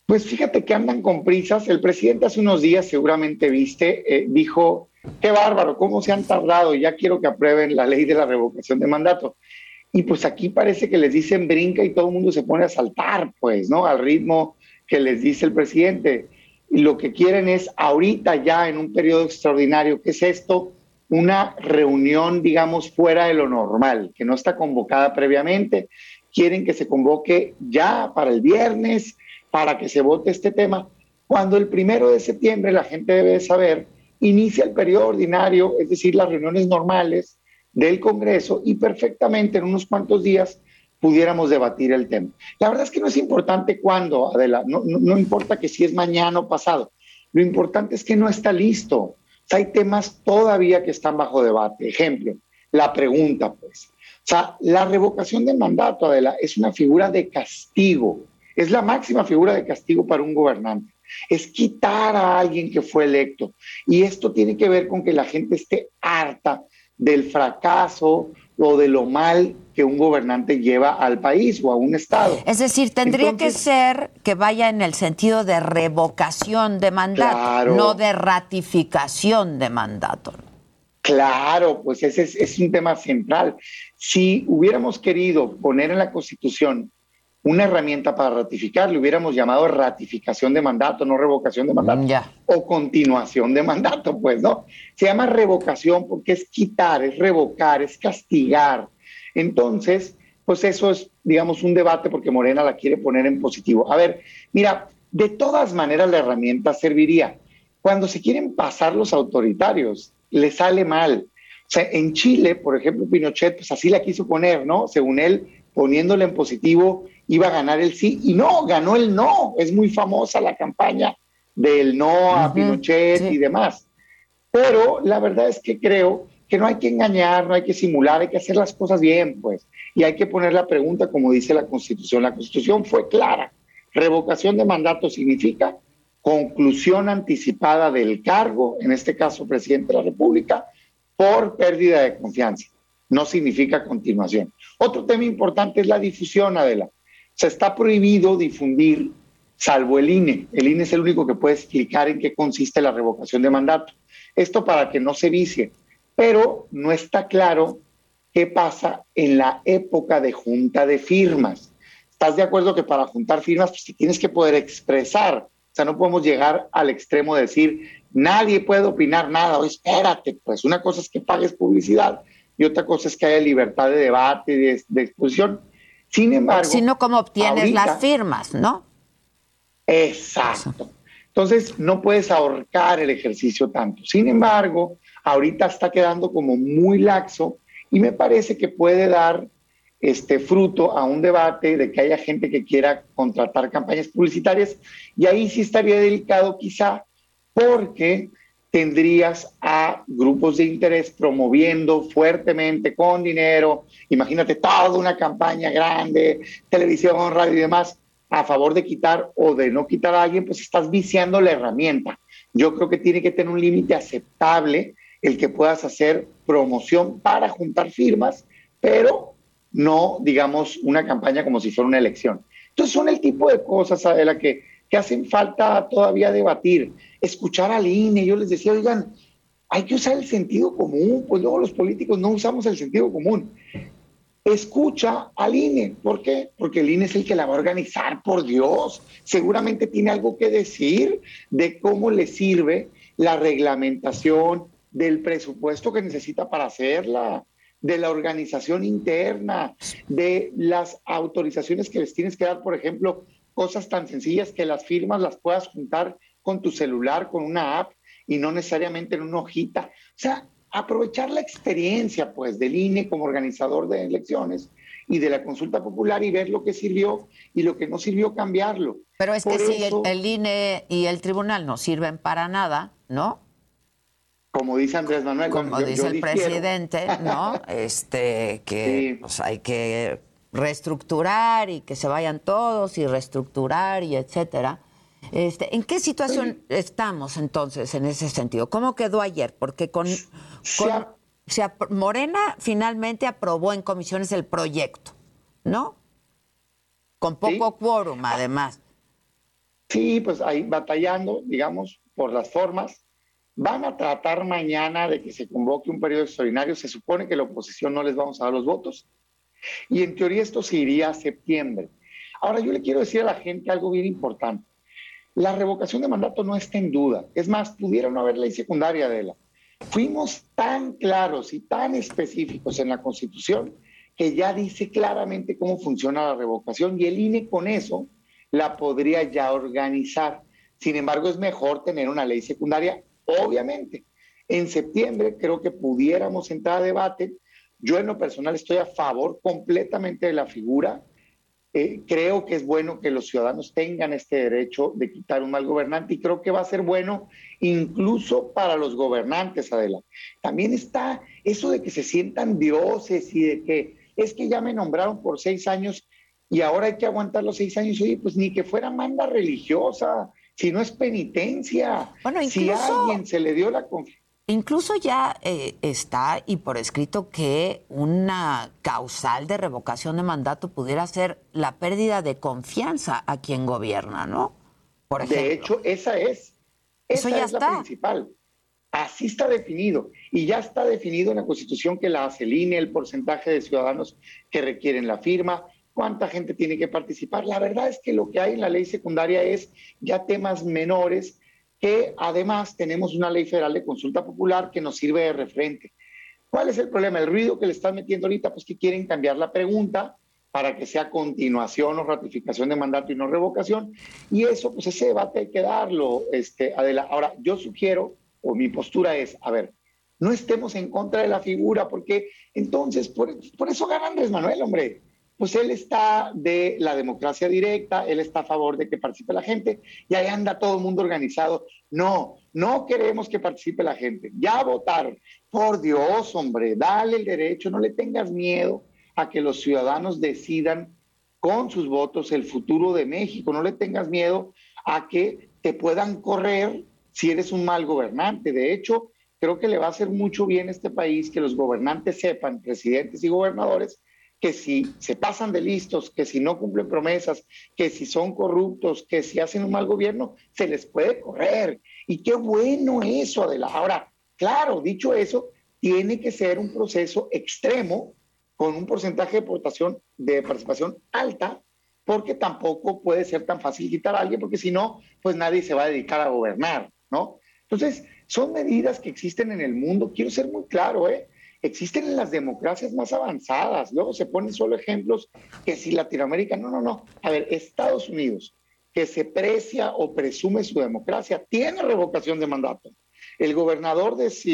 Pues fíjate que andan con prisas. El presidente hace unos días, seguramente viste, dijo, qué bárbaro, cómo se han tardado, ya quiero que aprueben la ley de la revocación de mandato. Y pues aquí parece que les dicen brinca y todo el mundo se pone a saltar, pues, ¿no? Al ritmo que les dice el presidente. Y lo que quieren es ahorita ya en un periodo extraordinario, ¿qué es esto? Una reunión, digamos, fuera de lo normal, que no está convocada previamente. Quieren que se convoque ya para el viernes, para que se vote este tema, cuando el 1 de septiembre, la gente debe saber, inicia el periodo ordinario, es decir, las reuniones normales del Congreso, y perfectamente en unos cuantos días pudiéramos debatir el tema. La verdad es que no es importante cuándo, Adela, no importa que si es mañana o pasado, lo importante es que no está listo. O sea, hay temas todavía que están bajo debate. Ejemplo, la pregunta, pues. O sea, la revocación de mandato, Adela, es una figura de castigo. Es la máxima figura de castigo para un gobernante. Es quitar a alguien que fue electo. Y esto tiene que ver con que la gente esté harta del fracaso o de lo mal que un gobernante lleva al país o a un estado. Es decir, tendría que ser que vaya en el sentido de revocación de mandato, claro, no de ratificación de mandato. Claro, pues ese es un tema central. Si hubiéramos querido poner en la Constitución una herramienta para ratificar, le hubiéramos llamado ratificación de mandato, no revocación de mandato, o continuación de mandato, pues, ¿no? Se llama revocación porque es quitar, es revocar, es castigar. Entonces, pues eso es, digamos, un debate porque Morena la quiere poner en positivo. A ver, mira, de todas maneras la herramienta serviría. Cuando se quieren pasar los autoritarios, le sale mal. O sea, en Chile, por ejemplo, Pinochet, pues así la quiso poner, ¿no? Según él, poniéndole en positivo, iba a ganar el sí, y no, ganó el no. Es muy famosa la campaña del no a Pinochet y demás. Pero la verdad es que creo que no hay que engañar, no hay que simular, hay que hacer las cosas bien, pues. Y hay que poner la pregunta como dice la Constitución. La Constitución fue clara. Revocación de mandato significa conclusión anticipada del cargo, en este caso presidente de la República, por pérdida de confianza. No significa continuación. Otro tema importante es la difusión, Adela. Se está prohibido difundir, salvo el INE. El INE es el único que puede explicar en qué consiste la revocación de mandato. Esto para que no se vicie. Pero no está claro qué pasa en la época de junta de firmas. ¿Estás de acuerdo que para juntar firmas pues, tienes que poder expresar? O sea, no podemos llegar al extremo de decir, nadie puede opinar nada. O espérate, pues una cosa es que pagues publicidad y otra cosa es que haya libertad de debate y de exposición. Sin embargo... Si no, ¿cómo obtienes ahorita las firmas, no? Exacto. Entonces, no puedes ahorcar el ejercicio tanto. Sin embargo, ahorita está quedando como muy laxo y me parece que puede dar fruto a un debate de que haya gente que quiera contratar campañas publicitarias y ahí sí estaría delicado quizá porque tendrías a grupos de interés promoviendo fuertemente con dinero, imagínate toda una campaña grande, televisión, radio y demás, a favor de quitar o de no quitar a alguien, pues estás viciando la herramienta. Yo creo que tiene que tener un límite aceptable el que puedas hacer promoción para juntar firmas, pero no, digamos, una campaña como si fuera una elección. Entonces son el tipo de cosas, Adela, que hacen falta todavía debatir. Escuchar al INE, yo les decía, oigan, hay que usar el sentido común, pues luego los políticos no usamos el sentido común. Escucha al INE, ¿por qué? Porque el INE es el que la va a organizar, por Dios. Seguramente tiene algo que decir de cómo le sirve la reglamentación del presupuesto que necesita para hacerla, de la organización interna, de las autorizaciones que les tienes que dar, por ejemplo, cosas tan sencillas que las firmas las puedas juntar con tu celular, con una app y no necesariamente en una hojita. O sea, aprovechar la experiencia pues del INE como organizador de elecciones y de la consulta popular y ver lo que sirvió y lo que no sirvió, cambiarlo. Pero es que si el INE y el tribunal no sirven para nada, ¿no? Como dice Andrés Manuel. Como dice el presidente, ¿no? Que sí, pues hay que reestructurar y que se vayan todos y reestructurar y etcétera. ¿En qué situación estamos entonces en ese sentido? ¿Cómo quedó ayer? Porque Morena finalmente aprobó en comisiones el proyecto, ¿no? Con poco quórum, además. Sí, pues ahí batallando, digamos, por las formas. Van a tratar mañana de que se convoque un periodo extraordinario. Se supone que la oposición no les vamos a dar los votos. Y en teoría esto se iría a septiembre. Ahora, yo le quiero decir a la gente algo bien importante. La revocación de mandato no está en duda. Es más, pudiera no haber ley secundaria, Adela. Fuimos tan claros y tan específicos en la Constitución que ya dice claramente cómo funciona la revocación y el INE con eso la podría ya organizar. Sin embargo, es mejor tener una ley secundaria, obviamente. En septiembre creo que pudiéramos entrar a debate. Yo en lo personal estoy a favor completamente de la figura. Creo que es bueno que los ciudadanos tengan este derecho de quitar un mal gobernante y creo que va a ser bueno incluso para los gobernantes, Adela. También está eso de que se sientan dioses y de que es que ya me nombraron por 6 años y ahora hay que aguantar los 6 años. Oye, pues ni que fuera manda religiosa, si no es penitencia. Bueno, incluso, si a alguien se le dio la confianza. Incluso ya está y por escrito que una causal de revocación de mandato pudiera ser la pérdida de confianza a quien gobierna, ¿no? Por ejemplo. De hecho, esa es la principal. Así está definido. Y ya está definido en la Constitución que la hace el INE, el porcentaje de ciudadanos que requieren la firma, cuánta gente tiene que participar. La verdad es que lo que hay en la ley secundaria es ya temas menores, que además tenemos una ley federal de consulta popular que nos sirve de referente. ¿Cuál es el problema? El ruido que le están metiendo ahorita, pues que quieren cambiar la pregunta para que sea continuación o ratificación de mandato y no revocación. Y eso, pues ese debate hay que darlo, Adela. Ahora, yo sugiero, o mi postura es, a ver, no estemos en contra de la figura, porque entonces, por eso gana Andrés Manuel, hombre. Pues él está de la democracia directa, él está a favor de que participe la gente, y ahí anda todo el mundo organizado. No queremos que participe la gente. Ya votaron. Por Dios, hombre, dale el derecho, no le tengas miedo a que los ciudadanos decidan con sus votos el futuro de México. No le tengas miedo a que te puedan correr si eres un mal gobernante. De hecho, creo que le va a hacer mucho bien a este país que los gobernantes sepan, presidentes y gobernadores, que si se pasan de listos, que si no cumplen promesas, que si son corruptos, que si hacen un mal gobierno, se les puede correr. Y qué bueno eso, Adela. Ahora, claro, dicho eso, tiene que ser un proceso extremo con un porcentaje de participación alta, porque tampoco puede ser tan fácil quitar a alguien, porque si no, pues nadie se va a dedicar a gobernar, ¿no? Entonces, son medidas que existen en el mundo. Quiero ser muy claro, existen en las democracias más avanzadas. Luego se ponen solo ejemplos que si Latinoamérica, no. A ver, Estados Unidos, que se precia o presume su democracia, tiene revocación de mandato. El gobernador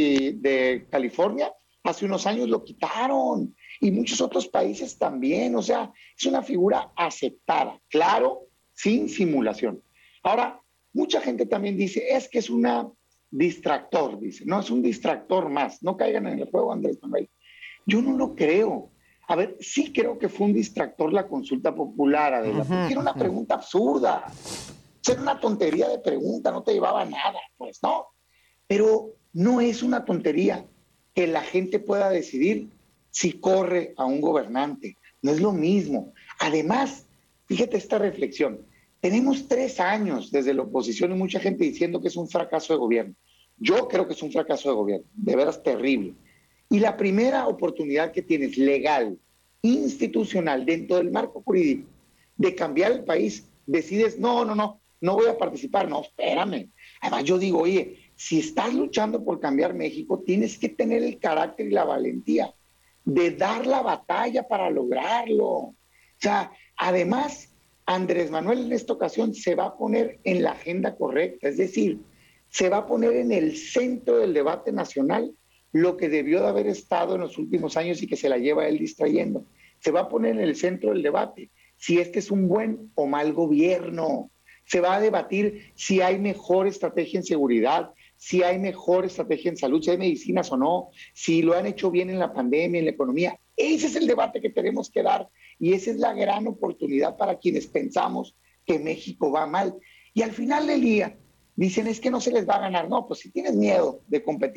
de California hace unos años lo quitaron y muchos otros países también. O sea, es una figura aceptada, claro, sin simulación. Ahora, mucha gente también dice, es que es una distractor, dice, no, es un distractor más, no caigan en el juego, Andrés Manuel. Yo no lo creo. A ver, sí creo que fue un distractor la consulta popular, Adela, porque era una pregunta absurda, era una tontería de pregunta, no te llevaba a nada, pues no, pero no es una tontería que la gente pueda decidir si corre a un gobernante, no es lo mismo. Además, fíjate esta reflexión, tenemos 3 años desde la oposición y mucha gente diciendo que es un fracaso de gobierno. Yo creo que es un fracaso de gobierno, de veras terrible. Y la primera oportunidad que tienes legal, institucional, dentro del marco jurídico, de cambiar el país, decides, no voy a participar, no, espérame. Además yo digo, oye, si estás luchando por cambiar México, tienes que tener el carácter y la valentía de dar la batalla para lograrlo. O sea, además, Andrés Manuel en esta ocasión se va a poner en la agenda correcta, es decir, se va a poner en el centro del debate nacional lo que debió de haber estado en los últimos años y que se la lleva él distrayendo. Se va a poner en el centro del debate si este es un buen o mal gobierno. Se va a debatir si hay mejor estrategia en seguridad, si hay mejor estrategia en salud, si hay medicinas o no, si lo han hecho bien en la pandemia, en la economía. Ese es el debate que tenemos que dar y esa es la gran oportunidad para quienes pensamos que México va mal. Y al final del día dicen, es que no se les va a ganar. No, pues si tienes miedo de competir,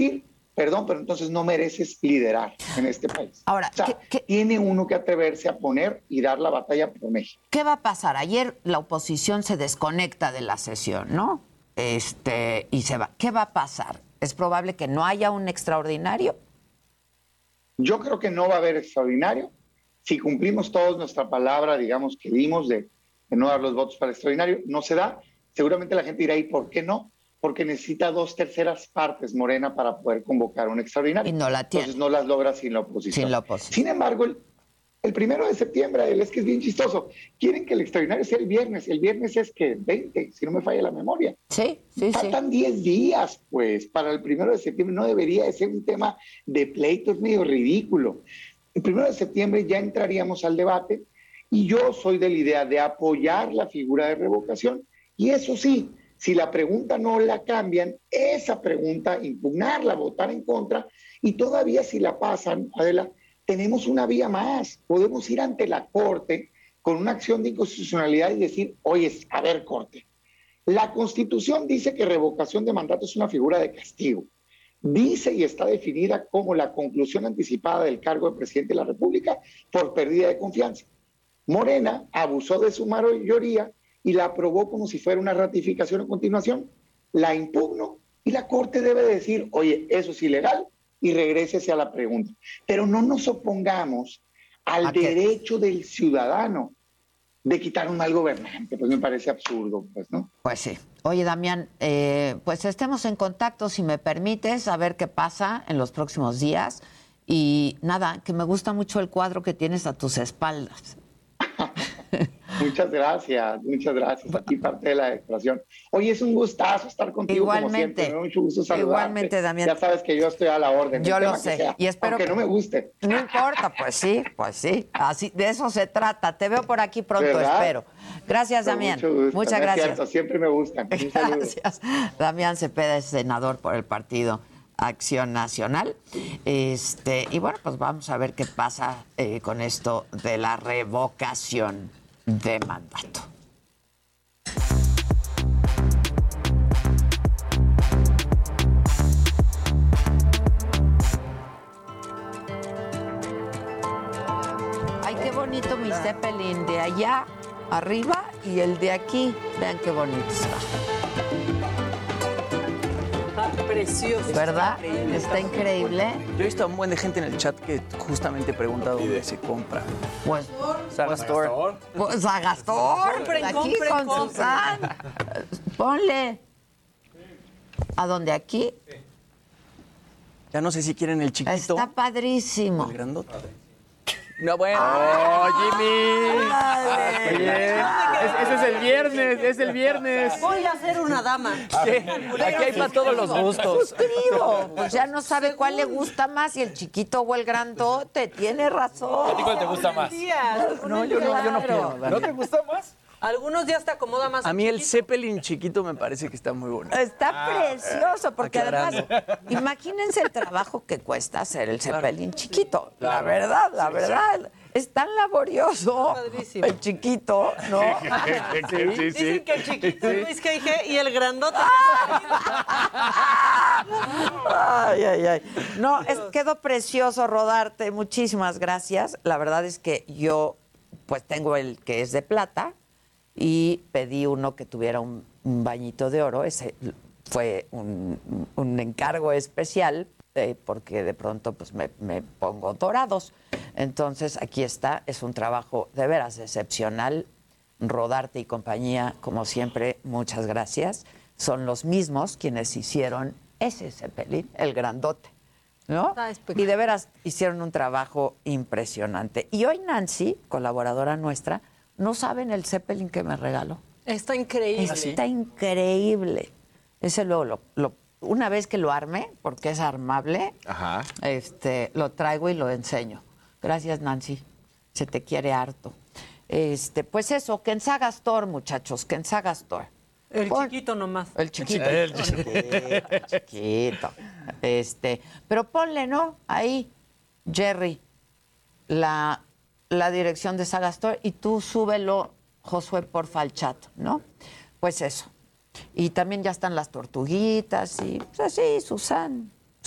perdón, pero entonces no mereces liderar en este país. Ahora, o sea, tiene uno que atreverse a poner y dar la batalla por México. ¿Qué va a pasar? Ayer la oposición se desconecta de la sesión, ¿no? Y se va. ¿Qué va a pasar? ¿Es probable que no haya un extraordinario? Yo creo que no va a haber extraordinario. Si cumplimos todos nuestra palabra, digamos, que dimos de no dar los votos para el extraordinario, no se da. Seguramente la gente dirá, ¿y por qué no? Porque necesita 2/3 partes Morena para poder convocar un extraordinario. Y no la tiene. Entonces no las logra sin la oposición. Sin la oposición. Sin embargo, el 1 de septiembre, es que es bien chistoso. Quieren que el extraordinario sea el viernes. El viernes es que 20, si no me falla la memoria. Sí. Faltan 10 días, pues, para el 1 de septiembre. No debería de ser un tema de pleito, es medio ridículo. El 1 de septiembre ya entraríamos al debate y yo soy de la idea de apoyar la figura de revocación. Y eso sí, si la pregunta no la cambian, esa pregunta, impugnarla, votar en contra, y todavía si la pasan, Adela, tenemos una vía más. Podemos ir ante la Corte con una acción de inconstitucionalidad y decir, oye, a ver, Corte, la Constitución dice que revocación de mandato es una figura de castigo. Dice y está definida como la conclusión anticipada del cargo de presidente de la República por pérdida de confianza. Morena abusó de su mayoría y la aprobó como si fuera una ratificación a continuación. La impugnó y la Corte debe decir, oye, eso es ilegal, y regrésese a la pregunta. Pero no nos opongamos al derecho del ciudadano de quitar un mal gobernante, pues me parece absurdo, pues, ¿no? Pues sí. Oye, Damián, pues estemos en contacto, si me permites, a ver qué pasa en los próximos días. Y nada, que me gusta mucho el cuadro que tienes a tus espaldas. Muchas gracias. Aquí parte de la decoración. Oye, es un gustazo estar contigo. Igualmente. Como siempre. Me da mucho gusto saludarte. Igualmente, Damián. Ya sabes que yo estoy a la orden. Yo lo sé. Y espero aunque no me guste. No importa, pues sí. Así, de eso se trata. Te veo por aquí pronto, ¿verdad? espero. Gracias, Damián. Muchas gracias. Cierto, siempre me gustan. Un saludo. Gracias. Damián Cepeda es senador por el Partido Acción Nacional. Y bueno, pues vamos a ver qué pasa con esto de la revocación de mandato. Ay, qué bonito mi Zeppelin de allá arriba y el de aquí. Vean qué bonito está. Precioso. ¿Verdad? Está increíble. Yo he visto a un buen de gente en el chat que justamente pregunta dónde se compra. Pues Sagastor. Pues Sagastor. Compren, Aquí con Susan. Ponle. ¿A dónde? ¿Aquí? Ya no sé si quieren el chiquito. Está padrísimo. El grandote. No, bueno. ¡Oh, Jimmy! Ese es el viernes. Voy a ser una dama. Aquí hay para todos los gustos. Suscribo. Pues ya no sabe cuál le gusta más, si el chiquito o el grandote. Tiene razón. ¿A ti cuál te gusta más? No, yo no quiero. ¿No te gusta más? Algunos días te acomoda más. A mí el Zeppelin chiquito me parece que está muy bonito. Está precioso, porque además, imagínense el trabajo que cuesta hacer el Zeppelin chiquito. La verdad. Es tan laborioso el chiquito, ¿no? Sí. Dicen que el chiquito es Luis G.I.G. y el grandote. Ay. No, quedó precioso rodarte. Muchísimas gracias. La verdad es que yo, pues tengo el que es de plata y pedí uno que tuviera un bañito de oro. Ese fue un encargo especial porque de pronto pues me pongo dorados. Entonces aquí está, es un trabajo de veras excepcional. Rodarte y compañía, como siempre, muchas gracias. Son los mismos quienes hicieron ese Zeppelin, el grandote, ¿no? Y de veras hicieron un trabajo impresionante. Y hoy Nancy, colaboradora nuestra, no saben el Zeppelin que me regaló. Está increíble. Está increíble. Ese luego una vez que lo arme, porque es armable, lo traigo y lo enseño. Gracias, Nancy. Se te quiere harto. Pues eso, que en Sagastor, muchachos, que en Sagastor. El chiquito nomás. El chiquito. El chiquito. Pero ponle, ¿no? Ahí, Jerry, la dirección de Sagastor y tú súbelo, Josué, porfa, al chat, ¿no? Pues eso. Y también ya están las tortuguitas y pues así, Susan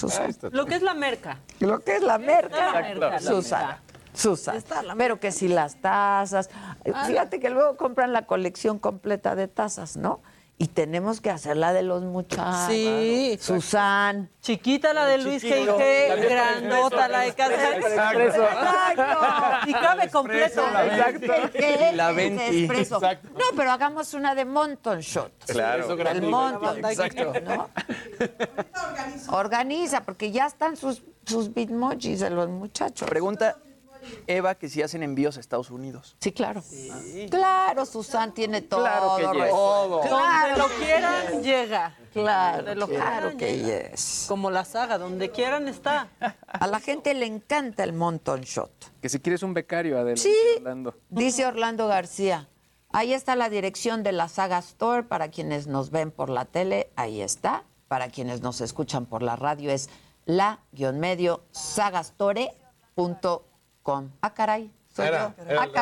Susana. Lo que es la merca. Lo que es la merca. Exacto. Susana. Pero que si las tazas. Fíjate que luego compran la colección completa de tazas, ¿no? Y tenemos que hacer la de los muchachos. Sí. Susan. Chiquita la de Luis G.I.G., grandota la de Casa. Exacto. Y cabe completo. La 20. No, pero hagamos una de Monton Shot. Claro. El Monton. Exacto. ¿No? Organiza, porque ya están sus bitmojis de los muchachos. Pregunta Eva que si hacen envíos a Estados Unidos. Sí, claro. Claro, Susan tiene todo. Claro que yes. Todo. Donde lo quieran, llega. Claro que yes. Como la saga, donde quieran está. A la gente le encanta el Monton Shot. Que si quieres un becario, Adela. Sí, Orlando. dice Orlando García. Ahí está la dirección de la Saga Store para quienes nos ven por la tele. Ahí está. Para quienes nos escuchan por la radio es la-sagastore.com. Ah, caray. Soy yo.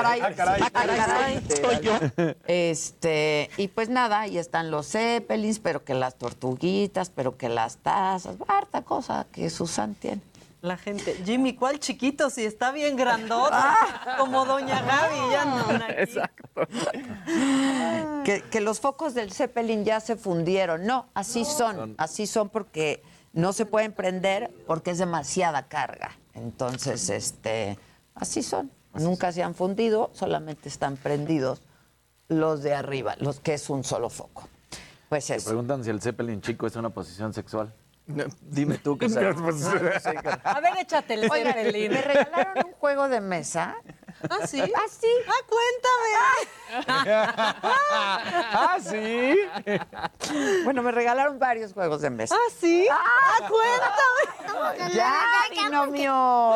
Soy yo. Y pues nada, ahí están los Zeppelins, pero que las tortuguitas, pero que las tazas, harta cosa que Susan tiene. La gente, Jimmy, ¿cuál chiquito? Si está bien grandota, como Doña Gaby, ya no. Exacto. Que los focos del Zeppelin ya se fundieron. No, así son porque no se pueden prender porque es demasiada carga. Entonces, así son. Nunca se han fundido, solamente están prendidos los de arriba, los que es un solo foco. Pues eso. Se preguntan si el Zeppelin chico es una posición sexual. No, dime tú qué sabes. A ver, échate el Zeppelin. Me regalaron un juego de mesa. ¿Ah, sí? ¿Ah, sí? Cuéntame. ¿Ah, sí? Bueno, me regalaron varios juegos de mesa. ¿Ah, sí? Cuéntame. Ya, binomio,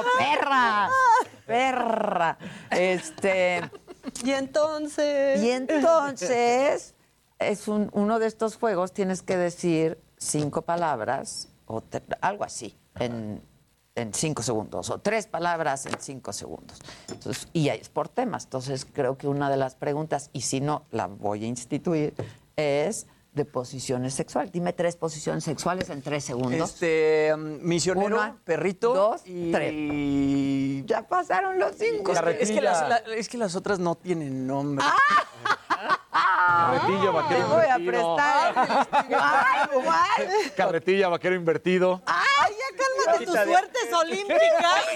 perra. Y entonces es uno de estos juegos, tienes que decir 5 palabras o algo así en 5 segundos o 3 palabras en 5 segundos. Entonces, y es por temas. Entonces, creo que una de las preguntas, y si no, la voy a instituir, es de posiciones sexuales. Dime 3 posiciones sexuales en 3 segundos. Misionero, 1, perrito 2, y 3. Ya pasaron los 5. Es que las otras no tienen nombre. Carretilla, vaquero Te voy a invertido. prestar. ¿Cuál? Carretilla, vaquero invertido. ¡Ay, ya cálmate tus suertes olímpicas!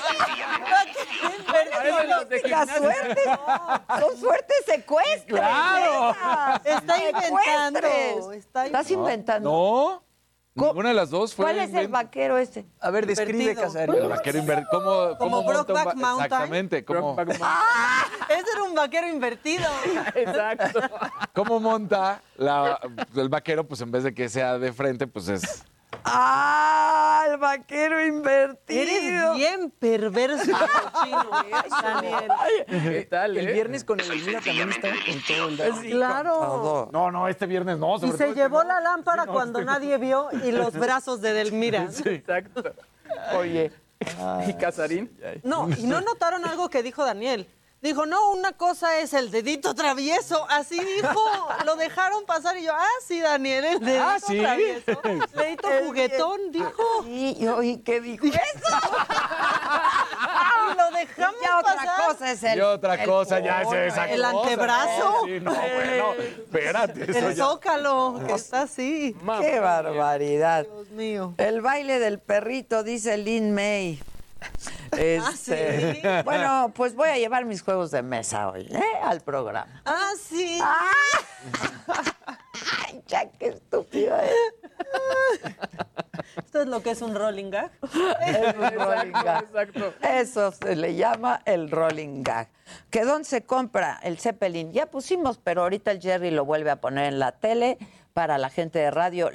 Las suertes son suertes secuestres. ¡Claro! Está inventando. ¿Estás inventando? No. Ninguna de las dos fue. ¿Cuál es el vaquero ese? A ver, describe, Casarín. El vaquero invertido. ¿Cómo Brokeback Mountain? Exactamente. Ese era un vaquero invertido. Exacto. ¿Cómo monta el vaquero? Pues en vez de que sea de frente, pues es. ¡Ah! El vaquero invertido. Eres bien perverso, cochino, Daniel. ¿Qué tal? El viernes con el Elmira también estaba con todo el daño. Claro. No, este viernes no. Y se llevó la lámpara cuando nadie vio y los brazos de Delmira. Sí, exacto. Oye, ¿y Casarín? No, y no notaron algo que dijo Daniel. Dijo, no, una cosa es el dedito travieso. Así dijo, lo dejaron pasar y yo, sí, Daniel, el dedito travieso. Dedito juguetón, dijo. ¿Y qué dijo eso? Y lo dejamos ya pasar. Otra cosa es el... Y otra cosa ya es esa el cosa, antebrazo. ¿no? Sí, no, bueno, espérate. El zócalo, que está así. ¡Qué barbaridad! Dios mío. El baile del perrito, dice Lin May. ¿Sí? Bueno, pues voy a llevar mis juegos de mesa hoy, al programa. Sí. Ay, ya, qué estúpido es. ¿Esto es lo que es un rolling gag? Es un rolling gag. Exacto. Eso se le llama el rolling gag. ¿Que dónde se compra el Zeppelin? Ya pusimos, pero ahorita el Jerry lo vuelve a poner en la tele para la gente de radio,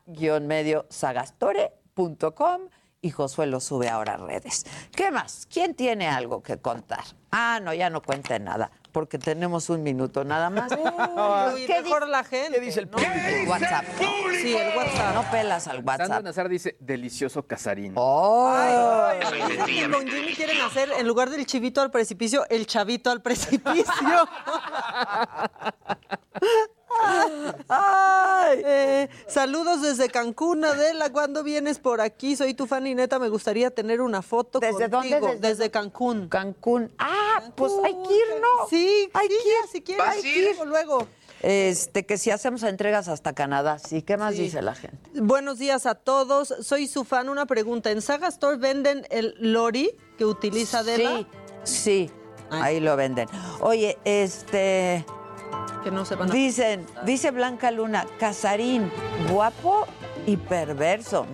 la-sagastore.com. Y Josué lo sube ahora a redes. ¿Qué más? ¿Quién tiene algo que contar? No, ya no cuente nada, porque tenemos 1 minuto nada más. ¿Qué mejor la gente? ¿Qué dice el público? El WhatsApp. Sí, el WhatsApp. No pelas al Sandra WhatsApp. Nazar dice, delicioso Casarín. Ay, que con Jimmy quieren hacer, en lugar del chivito al precipicio, el chavito al precipicio. Saludos desde Cancún, Adela. ¿Cuándo vienes por aquí? Soy tu fan y neta, me gustaría tener una foto ¿Desde contigo. dónde? Desde Cancún. Cancún. Pues hay que ir, ¿no? Sí, hay sí, que ir. ya, si quieres. Hay que ir. Luego. Que si hacemos entregas hasta Canadá, sí. ¿Qué más dice la gente? Buenos días a todos. Soy su fan. Una pregunta. ¿En Saga Store venden el lori que utiliza Adela? Sí. Ahí lo venden. Oye, que no sepan. Dice Blanca Luna, Casarín, guapo y perverso.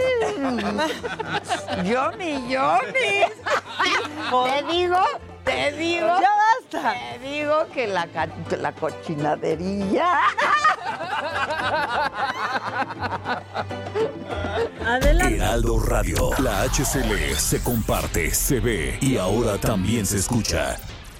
Yummy. Te digo. Ya basta. Te digo que la cochinadería. Adelante. Heraldo Radio. La HCL se comparte, se ve y ahora también se escucha.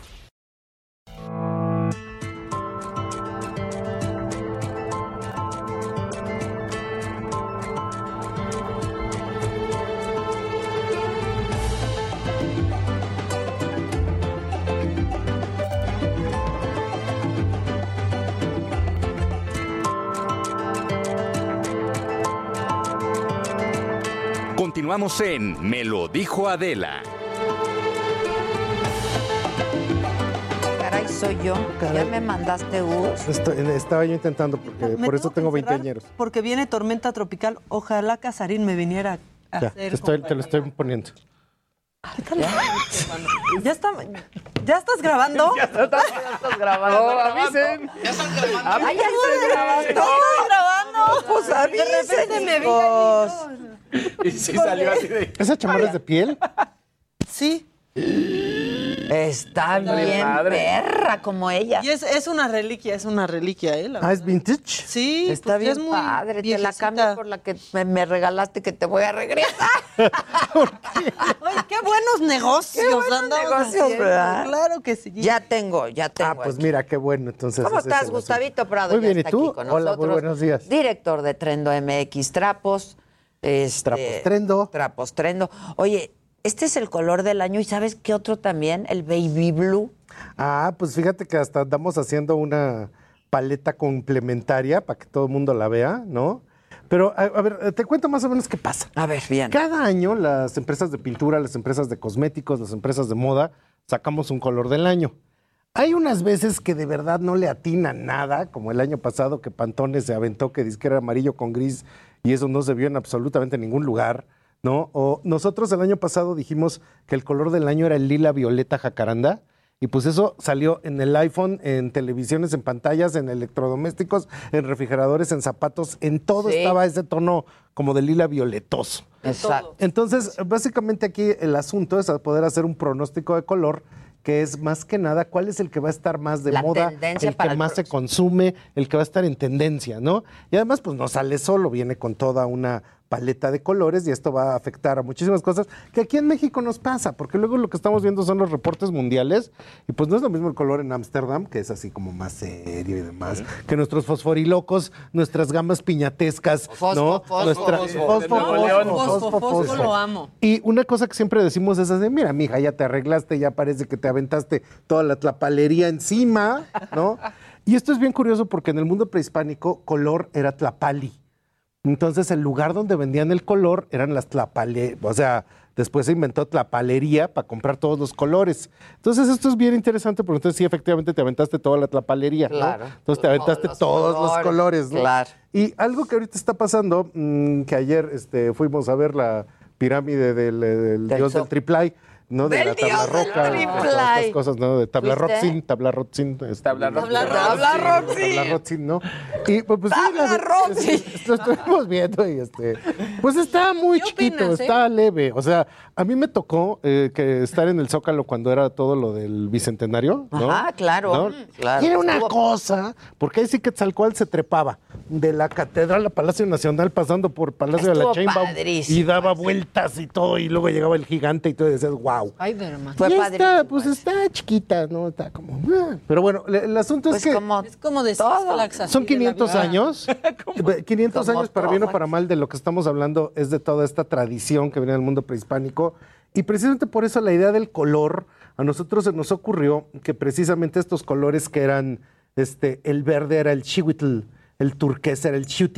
Continuamos en Me lo dijo Adela. Caray, soy yo. ¿Ya me mandaste Gus? Estaba yo intentando, porque por eso tengo 20 años. Porque viene tormenta tropical. Ojalá Casarín me viniera a hacer... Te lo estoy poniendo. ¿Ya estás grabando? Ya estás grabando. No, avisen. Ya estás grabando. Ya estás grabando. Pues avisen. De repente me vi. Y sí salió así de... ¿Esa chamarra es de piel? Sí. Está bien perra como ella. Y es una reliquia, ¿Es vintage? Sí. Está pues bien es muy padre. viejecita. Te la cambio por la que me regalaste que te voy a regresar. Oye, qué buenos negocios. Qué buenos negocios, ¿verdad? Claro que sí. Ya tengo. Pues aquí. mira, qué bueno. Entonces, ¿Cómo estás, Gustavito Prado? Muy bien, ya ¿y está tú? aquí con Hola, nosotros. muy buenos días. Director de Trendo MX Trapos. Trapos Trendo. Oye, este es el color del año. ¿Y sabes qué otro también? El baby blue. Pues fíjate que hasta andamos haciendo una paleta complementaria para que todo el mundo la vea, ¿no? Pero, a ver, te cuento más o menos qué pasa. A ver, bien. Cada año las empresas de pintura, las empresas de cosméticos, las empresas de moda, sacamos un color del año. Hay unas veces que de verdad no le atinan nada, como el año pasado que Pantone se aventó que dice que era amarillo con gris y eso no se vio en absolutamente ningún lugar, ¿no? O nosotros el año pasado dijimos que el color del año era el lila violeta jacaranda y pues eso salió en el iPhone, en televisiones, en pantallas, en electrodomésticos, en refrigeradores, en zapatos, en todo estaba ese tono como de lila violetoso. Exacto. Entonces, básicamente aquí el asunto es poder hacer un pronóstico de color que es más que nada cuál es el que va a estar más de moda, el que más se consume, el que va a estar en tendencia, ¿no? Y además, pues no sale solo, viene con toda una paleta de colores y esto va a afectar a muchísimas cosas que aquí en México nos pasa, porque luego lo que estamos viendo son los reportes mundiales y pues no es lo mismo el color en Ámsterdam, que es así como más serio y demás, que nuestros fosforilocos, nuestras gamas piñatescas, ¿no? Fosfo, lo amo. Y una cosa que siempre decimos es así, mira, mija, ya te arreglaste, ya parece que te aventaste toda la tlapalería encima, ¿no? Y esto es bien curioso porque en el mundo prehispánico color era tlapali. Entonces, el lugar donde vendían el color eran las tlapalerías, o sea, después se inventó tlapalería para comprar todos los colores. Entonces, esto es bien interesante porque entonces sí, efectivamente, te aventaste toda la tlapalería, claro, ¿no? Entonces, te aventaste todos los colores, ¿no? Claro. Y algo que ahorita está pasando, que ayer fuimos a ver la pirámide del dios del triplay, ¿no? De la tabla roca, todas estas cosas, ¿no? De tabla rotzin, ¿no? Y pues sí, lo estuvimos viendo y pues está muy chiquito, está leve. O sea, a mí me tocó que estar en el Zócalo cuando era todo lo del Bicentenario, ¿no? Ajá, claro. ¿no? Claro. Y era una cosa, porque ahí sí Quetzalcóatl se trepaba de la catedral a Palacio Nacional pasando por Palacio de la Chainbaum y daba vueltas y todo y luego llegaba el gigante y todo y decías, wow. Ay, hermano. Fue padrísimo. Pues está chiquita, ¿no? Está como... Pero bueno, el asunto pues es que... Es como de Six son 500 años. 500 años, para bien o para mal, de lo que estamos hablando es de toda esta tradición que viene del mundo prehispánico. Y precisamente por eso la idea del color, a nosotros se nos ocurrió que precisamente estos colores que eran... el verde era el chihuitl, el turquesa era el xutic,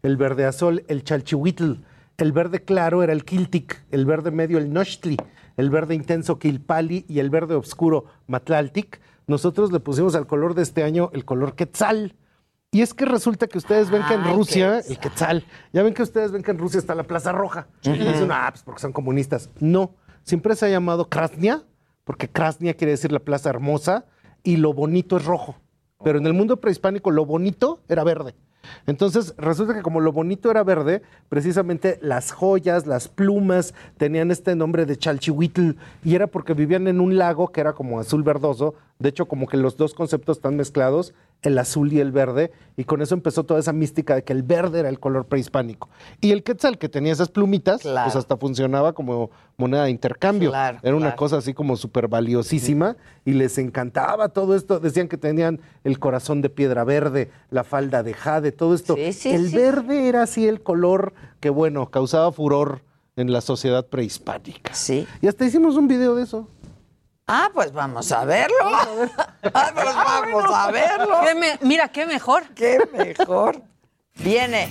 el verde azul, el chalchihuitl, el verde claro era el quiltic, el verde medio el nochtli, el verde intenso quilpali y el verde oscuro matlaltic. Nosotros le pusimos al color de este año el color quetzal. Y es que resulta que ustedes ven que en Rusia, el quetzal, ya ven que ustedes ven que en Rusia está la Plaza Roja. Y dicen, pues porque son comunistas. No, siempre se ha llamado Krasnia, porque Krasnia quiere decir la plaza hermosa, y lo bonito es rojo. Pero en el mundo prehispánico lo bonito era verde. Entonces, resulta que como lo bonito era verde, precisamente las joyas, las plumas, tenían este nombre de chalchihuitl, y era porque vivían en un lago que era como azul verdoso. De hecho, como que los dos conceptos están mezclados, el azul y el verde, y con eso empezó toda esa mística de que el verde era el color prehispánico. Y el quetzal, que tenía esas plumitas, pues hasta funcionaba como moneda de intercambio. Era una cosa así como súper valiosísima, y les encantaba todo esto. Decían que tenían el corazón de piedra verde, la falda de jade, todo esto. El verde era así el color que, bueno, causaba furor en la sociedad prehispánica. Sí. Y hasta hicimos un video de eso. Pues vamos a verlo. Vamos a verlo. Mira, qué mejor. Qué mejor. Viene.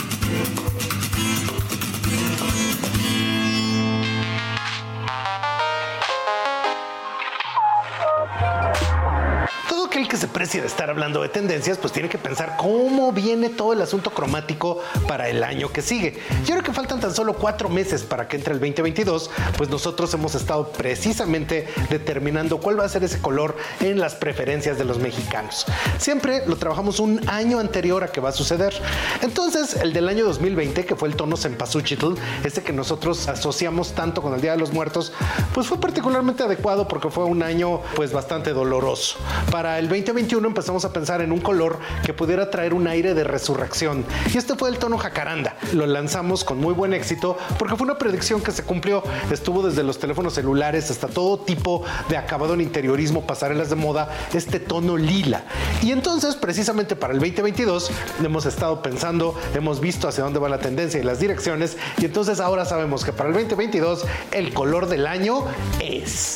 Todo aquel que se precie de estar hablando de tendencias, pues tiene que pensar cómo viene todo el asunto cromático para el año que sigue. Y ahora que faltan tan solo 4 meses para que entre el 2022, pues nosotros hemos estado precisamente determinando cuál va a ser ese color en las preferencias de los mexicanos. Siempre lo trabajamos un año anterior a que va a suceder. Entonces, el del año 2020, que fue el tono cempasúchitl, ese que nosotros asociamos tanto con el Día de los Muertos, pues fue particularmente adecuado porque fue un año pues bastante doloroso. Para el 2021 empezamos a pensar en un color que pudiera traer un aire de resurrección, y este fue el tono jacaranda. Lo lanzamos con muy buen éxito porque fue una predicción que se cumplió. Estuvo desde los teléfonos celulares hasta todo tipo de acabado en interiorismo, pasarelas de moda, este tono lila. Y entonces, precisamente para el 2022, hemos estado pensando, hemos visto hacia dónde va la tendencia y las direcciones, y entonces ahora sabemos que para el 2022 el color del año es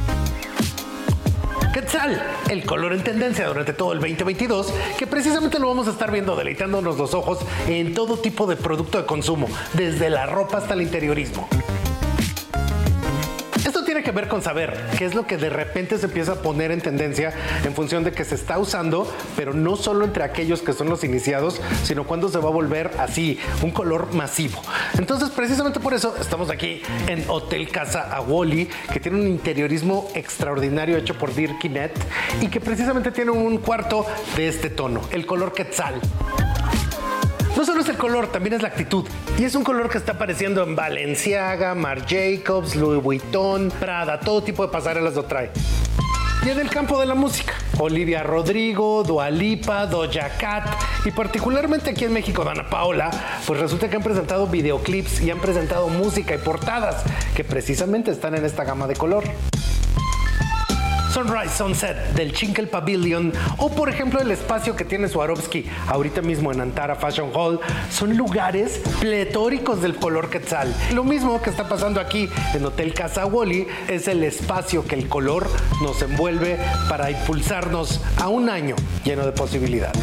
quetzal, el color en tendencia durante todo el 2022, que precisamente lo vamos a estar viendo deleitándonos los ojos en todo tipo de producto de consumo, desde la ropa hasta el interiorismo. Esto tiene que ver con saber qué es lo que de repente se empieza a poner en tendencia en función de que se está usando, pero no solo entre aquellos que son los iniciados, sino cuando se va a volver así, un color masivo. Entonces, precisamente por eso estamos aquí en Hotel Casa Awoli, que tiene un interiorismo extraordinario hecho por Dirkinet y que precisamente tiene un cuarto de este tono, el color quetzal. No solo es el color, también es la actitud. Y es un color que está apareciendo en Balenciaga, Marc Jacobs, Louis Vuitton, Prada, todo tipo de pasarelas lo trae. Y en el campo de la música, Olivia Rodrigo, Dua Lipa, Doja Cat y particularmente aquí en México Dana Paola, pues resulta que han presentado videoclips y han presentado música y portadas que precisamente están en esta gama de color. Sunrise Sunset del Chinkel Pavilion, o por ejemplo el espacio que tiene Swarovski ahorita mismo en Antara Fashion Hall, son lugares pletóricos del color quetzal. Lo mismo que está pasando aquí en Hotel Casa Awoli es el espacio que el color nos envuelve para impulsarnos a un año lleno de posibilidades.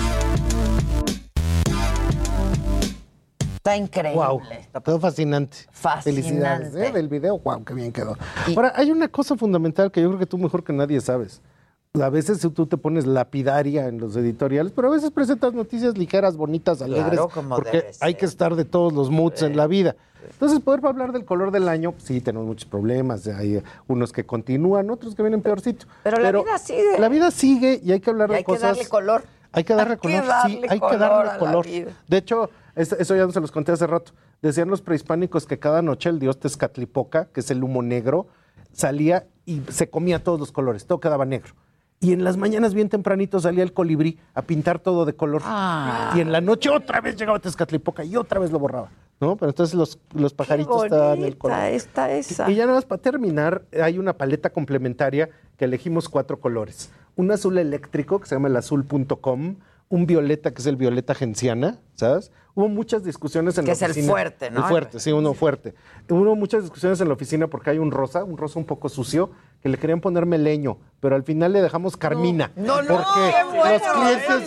Está increíble. Wow, quedó fascinante. Felicidades del video. Wow, qué bien quedó. Ahora, hay una cosa fundamental que yo creo que tú mejor que nadie sabes. A veces tú te pones lapidaria en los editoriales, pero a veces presentas noticias ligeras, bonitas, alegres, porque hay que estar de todos los moods en la vida. Entonces, poder hablar del color del año, sí, tenemos muchos problemas. Hay unos que continúan, otros que vienen peorcito. Pero la vida sigue. La vida sigue y hay que hablar de cosas. Hay que darle color. Hay que darle color, sí, hay que darle color. De hecho, eso ya no se los conté hace rato. Decían los prehispánicos que cada noche el dios Tezcatlipoca, que es el humo negro, salía y se comía todos los colores, todo quedaba negro. Y en las mañanas bien tempranito salía el colibrí a pintar todo de color. Y en la noche otra vez llegaba Tezcatlipoca y otra vez lo borraba, ¿no? Pero entonces los pajaritos te daban el color. Está esa. Y ya nada más para terminar, hay una paleta complementaria que elegimos 4 colores. Un azul eléctrico que se llama el azul.com, un violeta que es el violeta genciana, ¿sabes? Hubo muchas discusiones en la oficina. Que es el fuerte, ¿no? El fuerte, sí, uno fuerte. Hubo muchas discusiones en la oficina porque hay un rosa un poco sucio, que le querían poner Meleño, pero al final le dejamos Carmina. No, porque bueno, los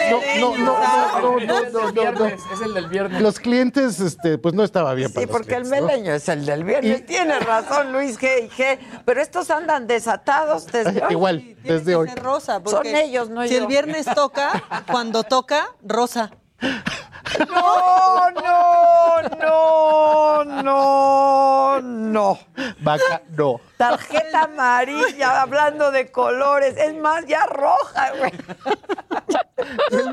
clientes es el del viernes. Los clientes, pues no estaba bien para Sí, los porque el clientes, ¿no? Meleño es el del viernes. Tiene razón, Luis G. y G. Pero estos andan desatados desde hoy. Igual, desde hoy. Rosa, Son ellos, no si yo. el viernes toca, cuando toca, rosa. No. Vaca, no. Tarjeta amarilla, hablando de colores. Es más, ya roja, güey. Y el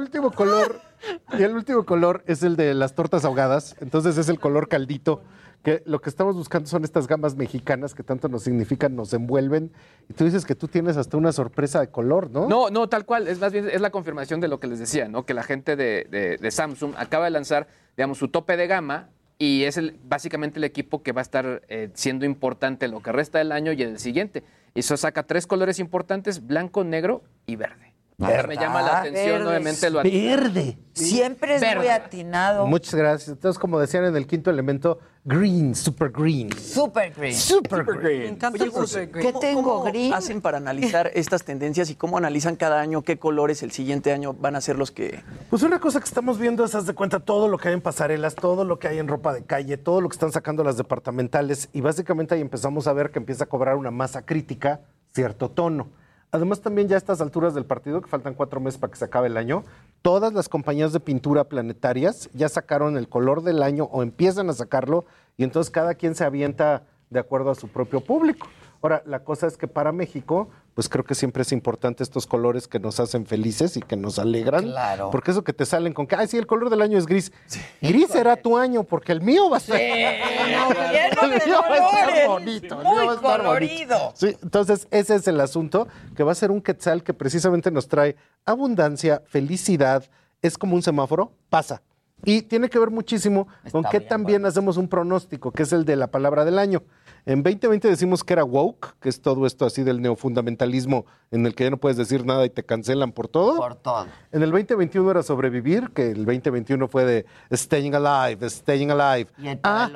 último color es el de las tortas ahogadas. Entonces es el color caldito. Que lo que estamos buscando son estas gamas mexicanas que tanto nos significan, nos envuelven. Y tú dices que tú tienes hasta una sorpresa de color, ¿no? No, tal cual. Es más bien, es la confirmación de lo que les decía, ¿no? Que la gente de Samsung acaba de lanzar, digamos, su tope de gama y es básicamente el equipo que va a estar siendo importante lo que resta del año y el siguiente. Y eso saca 3 colores importantes, blanco, negro y verde. Me llama la atención, nuevamente lo Verde. Siempre es muy atinado. Muchas gracias. Entonces, como decían en el quinto elemento, green, super green. Super green. Super green. Me encanta el super green. ¿Qué tengo green? Hacen para analizar estas tendencias y cómo analizan cada año qué colores el siguiente año van a ser los que... Pues una cosa que estamos viendo es, haz de cuenta, todo lo que hay en pasarelas, todo lo que hay en ropa de calle, todo lo que están sacando las departamentales y básicamente ahí empezamos a ver que empieza a cobrar una masa crítica cierto tono. Además, también ya a estas alturas del partido, que faltan 4 meses para que se acabe el año, todas las compañías de pintura planetarias ya sacaron el color del año o empiezan a sacarlo y entonces cada quien se avienta de acuerdo a su propio público. Ahora, la cosa es que para México, pues creo que siempre es importante estos colores que nos hacen felices y que nos alegran. Claro. Porque eso que te salen con que, ay, sí, el color del año es gris. Sí. Gris será tu año, porque el mío va a ser... Lleno de colores. Bonito. Muy colorido. Sí, entonces ese es el asunto, que va a ser un quetzal que precisamente nos trae abundancia, felicidad, es como un semáforo, pasa. Y tiene que ver muchísimo con qué también hacemos un pronóstico, que es el de la palabra del año. En 2020 decimos que era woke, que es todo esto así del neofundamentalismo en el que ya no puedes decir nada y te cancelan por todo. Por todo. En el 2021 era sobrevivir, que el 2021 fue de staying alive, staying alive. Y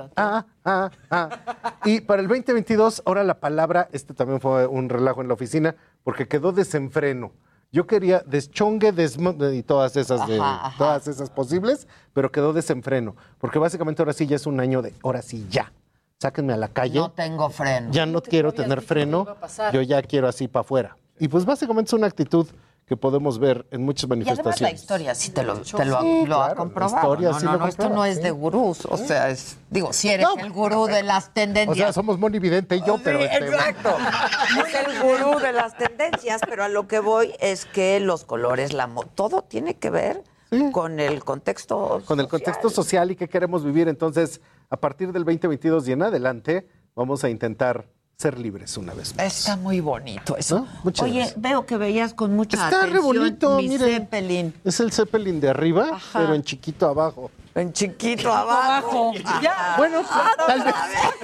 Y para el 2022, ahora la palabra, también fue un relajo en la oficina, porque quedó desenfreno. Yo quería deschongue, y todas esas, todas esas posibles, pero quedó desenfreno. Porque básicamente ahora sí ya es un año de, ahora sí ya. Sáquenme a la calle. No tengo freno. Ya no quiero tener freno, yo ya quiero así para afuera. Y pues básicamente es una actitud que podemos ver en muchas manifestaciones. Y además la historia sí te lo ha comprobado. Esto no es de gurús, o sea, si eres el gurú de las tendencias. O sea, somos Moni Vidente y yo, pero... Exacto. Es el gurú de las tendencias, pero a lo que voy es que los colores, todo tiene que ver con el contexto social. Con el contexto social y qué queremos vivir. Entonces, a partir del 2022 y en adelante, vamos a intentar ser libres una vez más. Está muy bonito eso. ¿No? Oye, veo que veías con mucha atención. Está re bonito, mi miren. Zeppelin. Es el Zeppelin de arriba, pero en chiquito abajo. En chiquito abajo. Ya. Bueno, tal vez.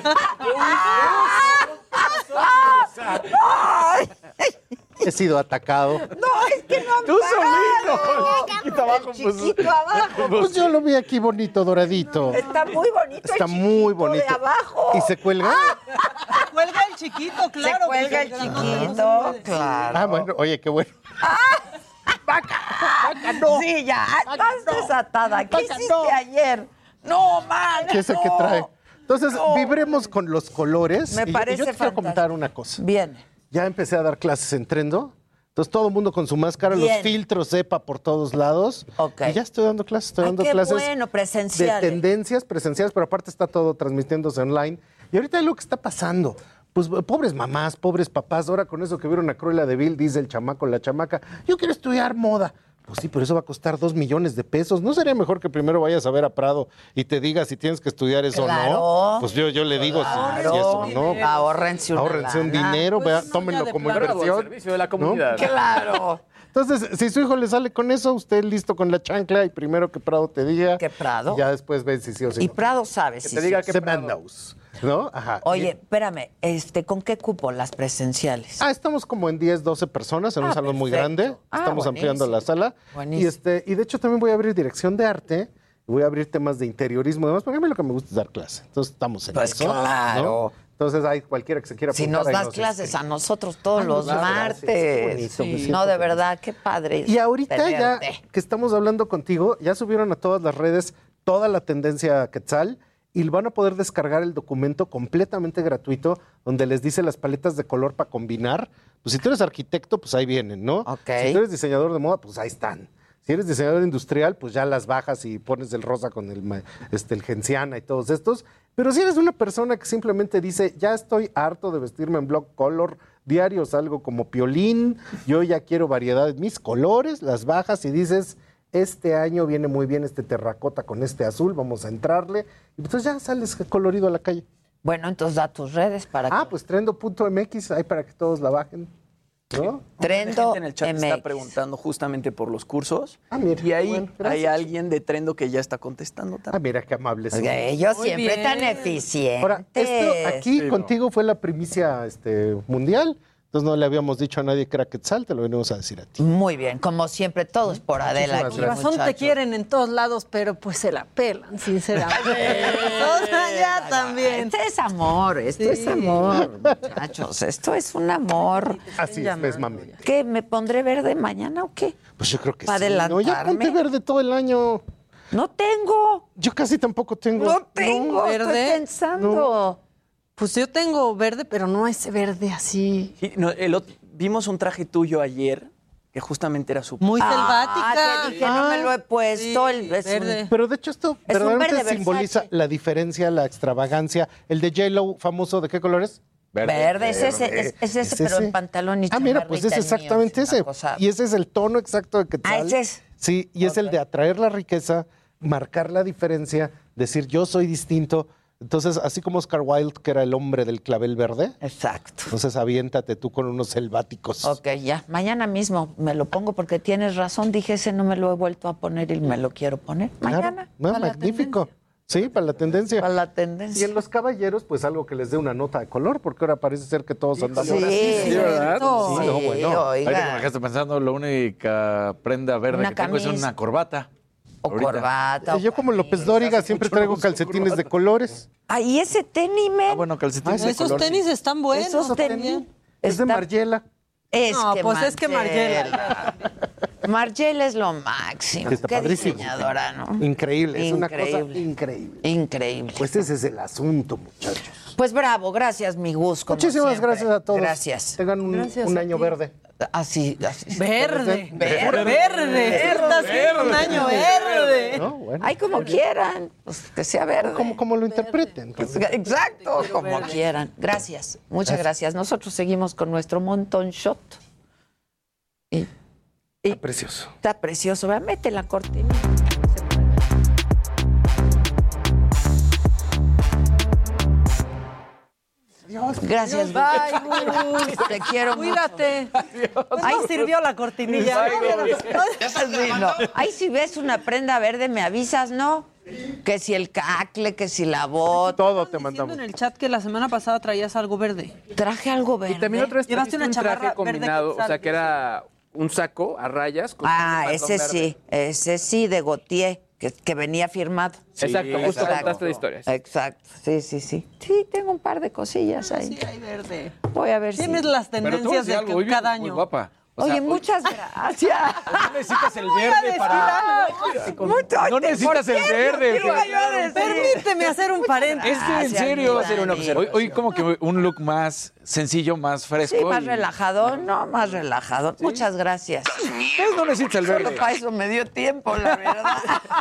He sido atacado. No, es que no. Tú solito. Chiquito abajo. Chiquito abajo. Pues yo lo vi aquí bonito, doradito. Está muy bonito. Está muy bonito. De abajo. ¿Y se cuelga? Se cuelga el chiquito, claro. Se cuelga el chiquito, claro. Ah, bueno, oye, qué bueno. ¡Vaca! No. Sí, ya, estás desatada. ¿Qué hiciste ayer? No, man. ¿Qué es el que trae? Entonces, vibremos con los colores. Me parece yo te quiero comentar una cosa. Bien. Ya empecé a dar clases en Trendo. Entonces, todo el mundo con su máscara, los filtros sepa por todos lados. Okay. Y ya estoy dando clases. Qué bueno, presenciales. De tendencias presenciales, pero aparte está todo transmitiéndose online. Y ahorita hay lo que está pasando. Pues pobres mamás, pobres papás, ahora con eso que vieron a Cruella de Vil, dice el chamaco, la chamaca, yo quiero estudiar moda. Pues sí, pero eso va a costar 2 millones de pesos. ¿No sería mejor que primero vayas a ver a Prado y te diga si tienes que estudiar eso o no? Pues yo le digo si eso o no. Ahórrense un dinero, tómenlo como inversión. Servicio de la comunidad. ¿No? Claro. Entonces, si su hijo le sale con eso, usted listo con la chancla y primero que Prado te diga. ¿Qué Prado? Y ya después ven si sí o sí. Y Prado sabe si te diga que Prado. ¿No? Ajá. Oye, espérame, ¿con qué cupo las presenciales? Estamos como en 10, 12 personas en un salón muy grande. Estamos ampliando la sala. Buenísimo. Y de hecho también voy a abrir dirección de arte. Voy a abrir temas de interiorismo y demás, porque a mí lo que me gusta es dar clase. Entonces estamos en eso. Claro. ¿no? Entonces hay cualquiera que se quiera Si apuntar. nos das clases a nosotros todos los martes. Bonito, no, de verdad, qué padre. Y ahorita ya tenerte. que estamos hablando contigo, ya subieron a todas las redes toda la tendencia Quetzal y van a poder descargar el documento completamente gratuito donde les dice las paletas de color para combinar. Pues si tú eres arquitecto, pues ahí vienen, ¿no? Si tú eres diseñador de moda, pues ahí están. Si eres diseñador industrial, pues ya las bajas y pones el rosa con el genciana y todos estos. Pero si eres una persona que simplemente dice, ya estoy harto de vestirme en block color, diarios algo como piolín, yo ya quiero variedad de mis colores, las bajas y dices, este año viene muy bien este terracota con este azul, vamos a entrarle. Y entonces ya sales colorido a la calle. Bueno, entonces da tus redes para que... pues trendo.mx, ahí para que todos la bajen. ¿No? Trendo gente en el chat está preguntando justamente por los cursos. Mira, y ahí bueno, hay alguien de Trendo que ya está contestando también. Mira qué amables son. Ellos siempre tan eficientes. Ahora, esto aquí contigo fue la primicia mundial. Entonces no le habíamos dicho a nadie que era Quetzal, te lo venimos a decir a ti. Muy bien, como siempre, todo es por Adela. Con razón te quieren en todos lados, pero pues se la pelan, sinceramente. O sea, ya también. Este es amor, esto es amor, muchachos. Esto es un amor. Así es, mami. ¿Qué, me pondré verde mañana o qué? Pues yo creo que ¿Para sí. No, ya ponte verde todo el año. No tengo. Yo casi tampoco tengo. No tengo, ¿verde? estoy pensando. No. Pues yo tengo verde, pero no ese verde así. Sí, no, vimos un traje tuyo ayer que justamente era súper... Muy selvática. Te dije, no me lo he puesto. Sí, verde. Pero de hecho esto Es un verdaderamente verde simboliza Versace. la diferencia, la extravagancia. El de J-Lo famoso, ¿de qué color es? Verde, es ese, pero en pantalón y mira, pues es exactamente ese. Y ese es el tono exacto de Quetzal. ese es. Sí, y es el de atraer la riqueza, marcar la diferencia, decir yo soy distinto. Entonces, así como Oscar Wilde, que era el hombre del clavel verde. Exacto. Entonces, aviéntate tú con unos selváticos. Ok, ya. Mañana mismo me lo pongo porque tienes razón. Dije, ese no me lo he vuelto a poner y me lo quiero poner. Mañana. No, magnífico. Sí, para la tendencia. Para la tendencia. Y en los caballeros, pues algo que les dé una nota de color, porque ahora parece ser que todos andamos Sí, así. ¿verdad? Sí, no, bueno. Ahorita que me dejaste pensando, la única prenda verde Una que tengo es camisa. una corbata. O corbata. Yo como López Dóriga siempre traigo calcetines de colores. Ay, ese tenis, men. Bueno, calcetines de color. Esos tenis están buenos. Esos tenis. Es de Margiela. Es que Margiela. Margiela es lo máximo. Está Qué padrísimo. diseñadora, ¿no? Increíble, es una cosa increíble. Increíble. Pues ese es el asunto, muchachos. Pues bravo, gracias, mi Gus. como Muchísimas siempre. gracias a todos. Gracias. Tengan un año verde. Así. Verde. Verde. Estás en un año verde. No, bueno. Ay, como quieran. Pues que sea verde. Como lo interpreten. Pues. Exacto, como quieran. Gracias. Muchas gracias. Nosotros seguimos con nuestro Montón Shot. Está precioso. Está precioso. Vea, mete la cortina. Dios. Gracias. Bye, Gus. Te quiero Cuídate. Pues no sirvió la cortinilla. Sí, no. Ay, si ves una prenda verde, me avisas, ¿no? Que si el cacle, que si la bota. Todo te mandamos. En el chat que la semana pasada traías algo verde. Traje algo verde. Y también otra vez Llevaste trajiste una un traje chamarra verde combinado, o Quetzal. sea, que era un saco a rayas. Con un ese patrón sí, verde. ese sí, de Gautier, que venía firmado. Sí, exacto, justo contaste de historias. Exacto, sí. Sí, tengo un par de cosillas ahí. Sí, hay verde. Voy a ver si... Tienes las tendencias de algo, cada muy año. guapa. Oye, muchas gracias. No necesitas el verde para... No necesitas el verde. Permíteme hacer un paréntesis. Es que en serio, hoy como que un look más sencillo, más fresco. Sí, más relajado, no, más relajado. ¿Sí? Muchas gracias. Pues no necesitas el verde. Solo para eso me dio tiempo, la verdad.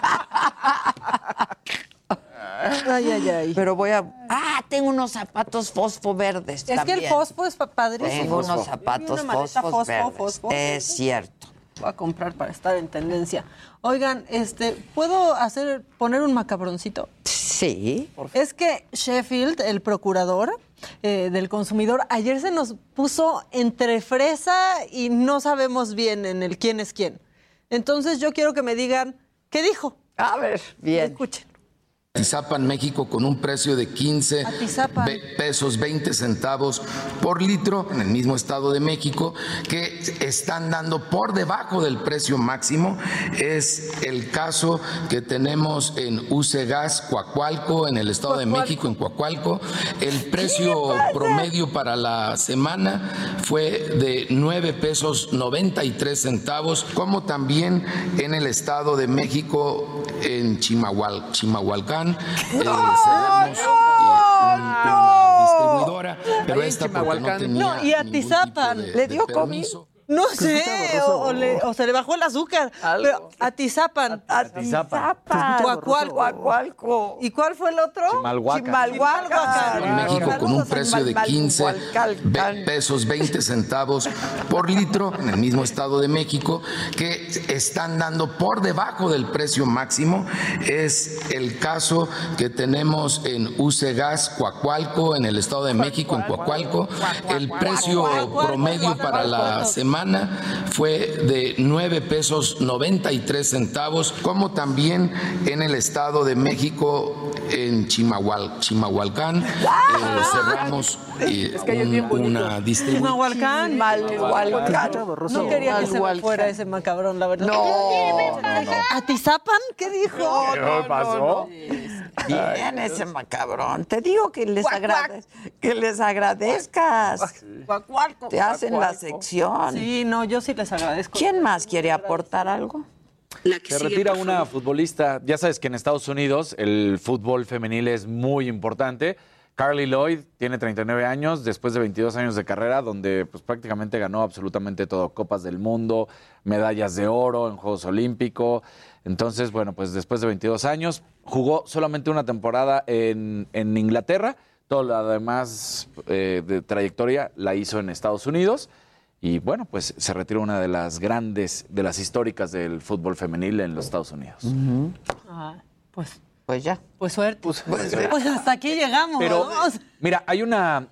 Ay. Pero voy a... tengo unos zapatos fosfo verdes Es también. que el fosfo es padrísimo. Tengo unos zapatos fosfo verdes. Es cierto. Voy a comprar para estar en tendencia. Oigan, ¿puedo poner un macabroncito? Sí. Es que Sheffield, el procurador del consumidor, ayer se nos puso entre fresa y no sabemos bien en el quién es quién. Entonces yo quiero que me digan, ¿qué dijo? A ver, bien. Escuchen. Atizapán, México, con un precio de 15 pesos 20 centavos por litro, en el mismo Estado de México, que están dando por debajo del precio máximo. Es el caso que tenemos en UC Gas Coacualco, en el Estado de México, en Coacualco. El precio promedio para la semana fue de 9 pesos 93 centavos, como también en el Estado de México, en Chimalhuacán. Cerramos una distribuidora, pero esta porque no tenía y Atizapán le dio comida. No sé, o se le bajó el azúcar. Pero Atizapán. Coacualco. ¿Y cuál fue el otro? Chimalhuacán. México, con un precio de 15 pesos 20 centavos por litro, en el mismo Estado de México, que están dando por debajo del precio máximo. Es el caso que tenemos en UC Gas Coacualco, en el Estado de México, en Coacualco. El precio promedio para la semana fue de 9 pesos 93 centavos, como también en el Estado de México, en Chimalhuacán. Cerramos una distribución. No quería que se me fuera ese macabrón, la verdad. No. ¿Atizapán? ¿Qué dijo? ¿Qué pasó? Bien, ese macabrón. Te digo que les agradezcas. Te hacen la sección. Sí, no, yo sí les agradezco. ¿Quién más quiere aportar algo? Se retira una futbolista. Ya sabes que en Estados Unidos el fútbol femenil es muy importante. Carly Lloyd tiene 39 años, después de 22 años de carrera, donde pues, prácticamente ganó absolutamente todo. Copas del Mundo, medallas de oro en Juegos Olímpicos. Entonces, bueno, pues después de 22 años, jugó solamente una temporada en Inglaterra. Todo lo demás de trayectoria la hizo en Estados Unidos. Y bueno, pues se retiró una de las grandes, de las históricas del fútbol femenil en los Estados Unidos. Pues ya. Pues suerte. Pues hasta aquí llegamos. Pero, ¿no? mira, hay una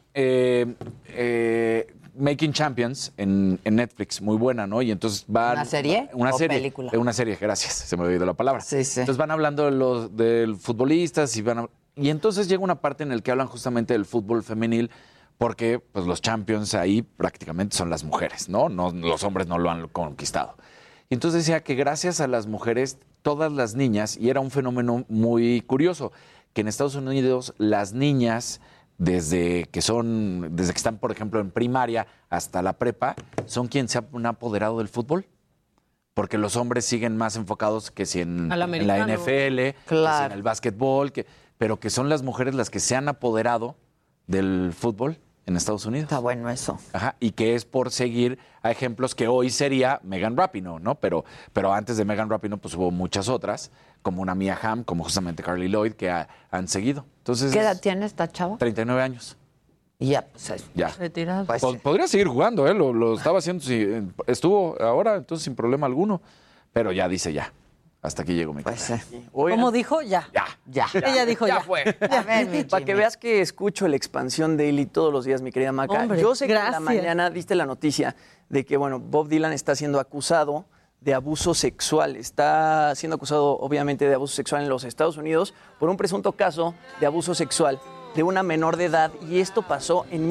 Making Champions en Netflix, muy buena, ¿no? Y entonces van... ¿Una serie? Una ¿O serie. película? Una serie, gracias. Se me olvidó la palabra. Sí, sí. Entonces van hablando de futbolistas y entonces llega una parte en la que hablan justamente del fútbol femenil, porque pues los champions ahí prácticamente son las mujeres, ¿no? Los hombres no lo han conquistado. Y entonces decía que gracias a las mujeres, todas las niñas, y era un fenómeno muy curioso, que en Estados Unidos las niñas, desde que están, por ejemplo, en primaria hasta la prepa, son quienes se han apoderado del fútbol. Porque los hombres siguen más enfocados que si en la NFL, que si en el básquetbol, pero que son las mujeres las que se han apoderado del fútbol en Estados Unidos. Está bueno eso. Ajá, y que es por seguir a ejemplos que hoy sería Megan Rapinoe, ¿no? Pero antes de Megan Rapinoe pues hubo muchas otras, como una Mia Hamm, como justamente Carly Lloyd, que han seguido. Entonces, ¿qué edad tiene esta chava? 39 años. Y ya, pues ya. Retirado. Pues, podría seguir jugando, ¿eh? Lo estaba haciendo, estuvo ahora, entonces sin problema alguno. Pero ya dice ya. Hasta aquí llegó mi casa. ¿Cómo dijo? Ya. Ya. Ella dijo ya. Ya fue. A ver, Para que veas que escucho la Expansión Daily todos los días, mi querida Maca. Hombre, yo sé gracias. que en la mañana diste la noticia de que, bueno, Bob Dylan está siendo acusado de abuso sexual. Está siendo acusado, obviamente, de abuso sexual en los Estados Unidos por un presunto caso de abuso sexual de una menor de edad, y esto pasó en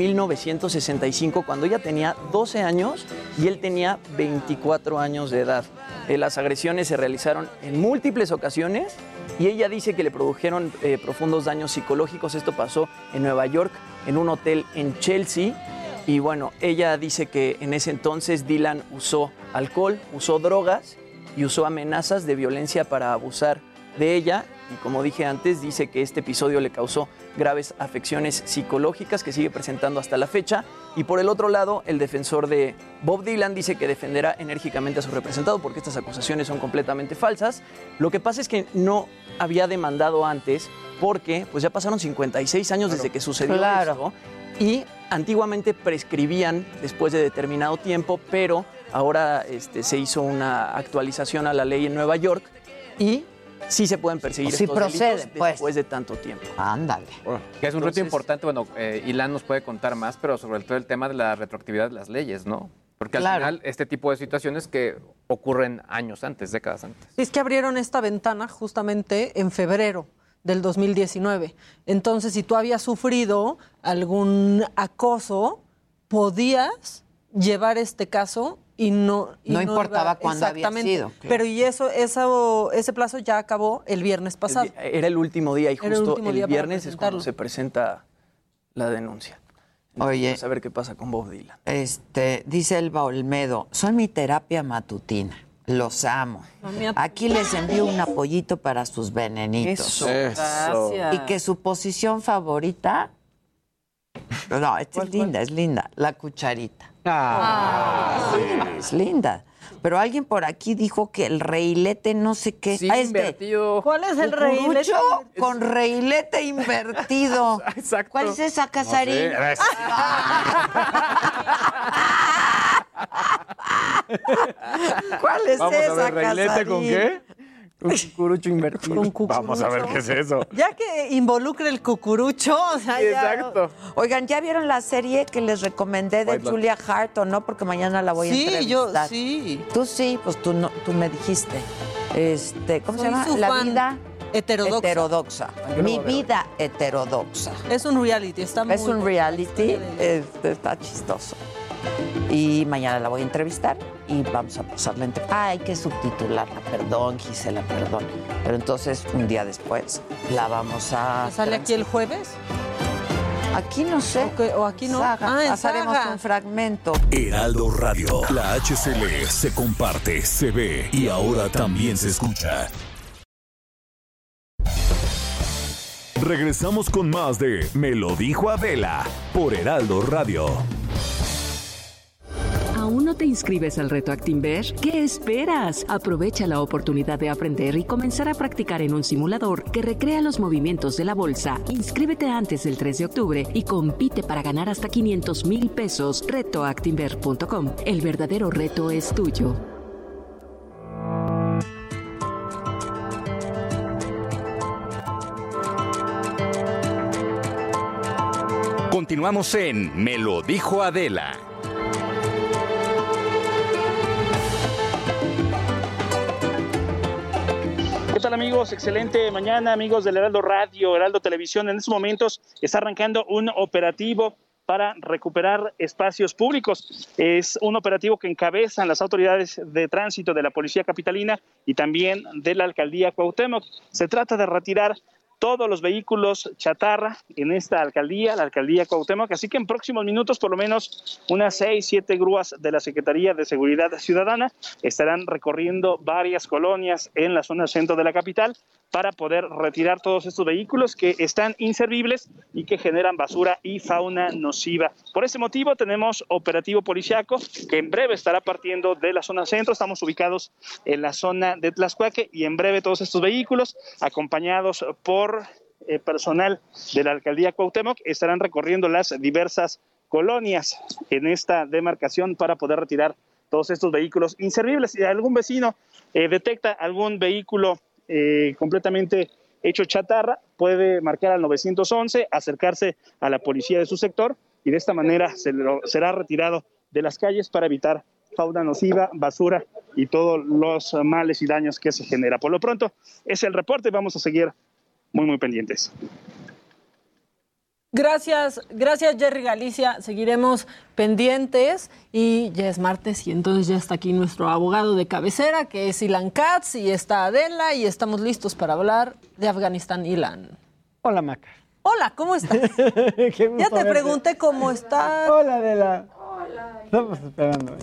1965, cuando ella tenía 12 años y él tenía 24 años de edad. Las agresiones se realizaron en múltiples ocasiones y ella dice que le produjeron profundos daños psicológicos. Esto pasó en Nueva York, en un hotel en Chelsea. Y bueno, ella dice que en ese entonces Dylan usó alcohol, usó drogas y usó amenazas de violencia para abusar de ella. Y como dije antes, dice que este episodio le causó graves afecciones psicológicas que sigue presentando hasta la fecha. Y por el otro lado, el defensor de Bob Dylan dice que defenderá enérgicamente a su representado porque estas acusaciones son completamente falsas. Lo que pasa es que no había demandado antes porque pues ya pasaron 56 años desde que sucedió eso. Y antiguamente prescribían después de determinado tiempo, pero ahora se hizo una actualización a la ley en Nueva York y sí se pueden perseguir estos delitos después de tanto tiempo. Ándale. Que es un reto importante, bueno, Ilan nos puede contar más, pero sobre todo el tema de la retroactividad de las leyes, ¿no? Porque al final este tipo de situaciones que ocurren años antes, décadas antes. Es que abrieron esta ventana justamente en febrero del 2019. Entonces, si tú habías sufrido algún acoso, podías llevar este caso y no importaba cuándo había sido. Claro. Pero y ese plazo ya acabó el viernes pasado. Era el último día y justo el viernes es cuando presentarlo. se presenta la denuncia. Oye, vamos a ver qué pasa con Bob Dylan. Dice Elba Olmedo, son mi terapia matutina. Los amo. Aquí les envío un apoyito para sus venenitos. Eso. Gracias. Y que su posición favorita... No, esta es linda. La cucharita. Sí, es linda. Pero alguien por aquí dijo que el reilete no sé qué. Sí, invertido. ¿Cuál es el reilete? Con reilete invertido. Exacto. ¿Cuál es esa, Casarín? No sé. ¿Cuál es Vamos esa, a ver, ¿reilete Casarín? con qué? Un cucurucho invertido. Vamos a ver qué es eso. Ya que involucre el cucurucho, o sea, Sí, ya... exacto. Oigan, ¿ya vieron la serie que les recomendé de White Lotus. Julia Hart o no? Porque mañana la voy a entrevistar. Sí. Tú sí, pues tú me dijiste. ¿Cómo se Soy llama? su La fan. vida Heterodoxa. Mi vida heterodoxa. Es un reality, está muy... Es un reality, está chistoso. Y mañana la voy a entrevistar y vamos a pasarla hay que subtitularla, perdón, Gisela, perdón. Pero entonces, un día después, la vamos a... ¿Sale aquí el jueves? Aquí no sé. ¿O aquí no? Saga. En Pasaremos Saga. un fragmento. Heraldo Radio. La HCL se comparte, se ve y ahora también se escucha. Regresamos con más de Me lo dijo Adela por Heraldo Radio. ¿Aún no te inscribes al reto Actinver? ¿Qué esperas? Aprovecha la oportunidad de aprender y comenzar a practicar en un simulador que recrea los movimientos de la bolsa. Inscríbete antes del 3 de octubre y compite para ganar hasta 500,000 pesos. Retoactinver.com. El verdadero reto es tuyo. Continuamos en Me lo dijo Adela. ¿Qué tal, amigos? Excelente mañana, amigos del Heraldo Radio, Heraldo Televisión. En estos momentos está arrancando un operativo para recuperar espacios públicos. Es un operativo que encabezan las autoridades de tránsito de la Policía Capitalina y también de la Alcaldía Cuauhtémoc. Se trata de retirar todos los vehículos chatarra en esta alcaldía, la Alcaldía Cuauhtémoc, así que en próximos minutos por lo menos unas 6-7 grúas de la Secretaría de Seguridad Ciudadana estarán recorriendo varias colonias en la zona centro de la capital para poder retirar todos estos vehículos que están inservibles y que generan basura y fauna nociva. Por ese motivo tenemos operativo policiaco que en breve estará partiendo de la zona centro. Estamos ubicados en la zona de Tlaxcuaque y en breve todos estos vehículos, acompañados por personal de la Alcaldía Cuauhtémoc, estarán recorriendo las diversas colonias en esta demarcación para poder retirar todos estos vehículos inservibles. Si algún vecino detecta algún vehículo completamente hecho chatarra, puede marcar al 911, acercarse a la policía de su sector y de esta manera será retirado de las calles para evitar fauna nociva, basura y todos los males y daños que se genera. Por lo pronto, es el reporte y vamos a seguir muy pendientes. Gracias Jerry Galicia, seguiremos pendientes y ya es martes y entonces ya está aquí nuestro abogado de cabecera que es Ilan Katz y está Adela y estamos listos para hablar de Afganistán. Ilan. Hola Maca. Hola, ¿cómo estás? Ya te pregunté cómo estás. Hola Adela. Hola. Estamos esperando.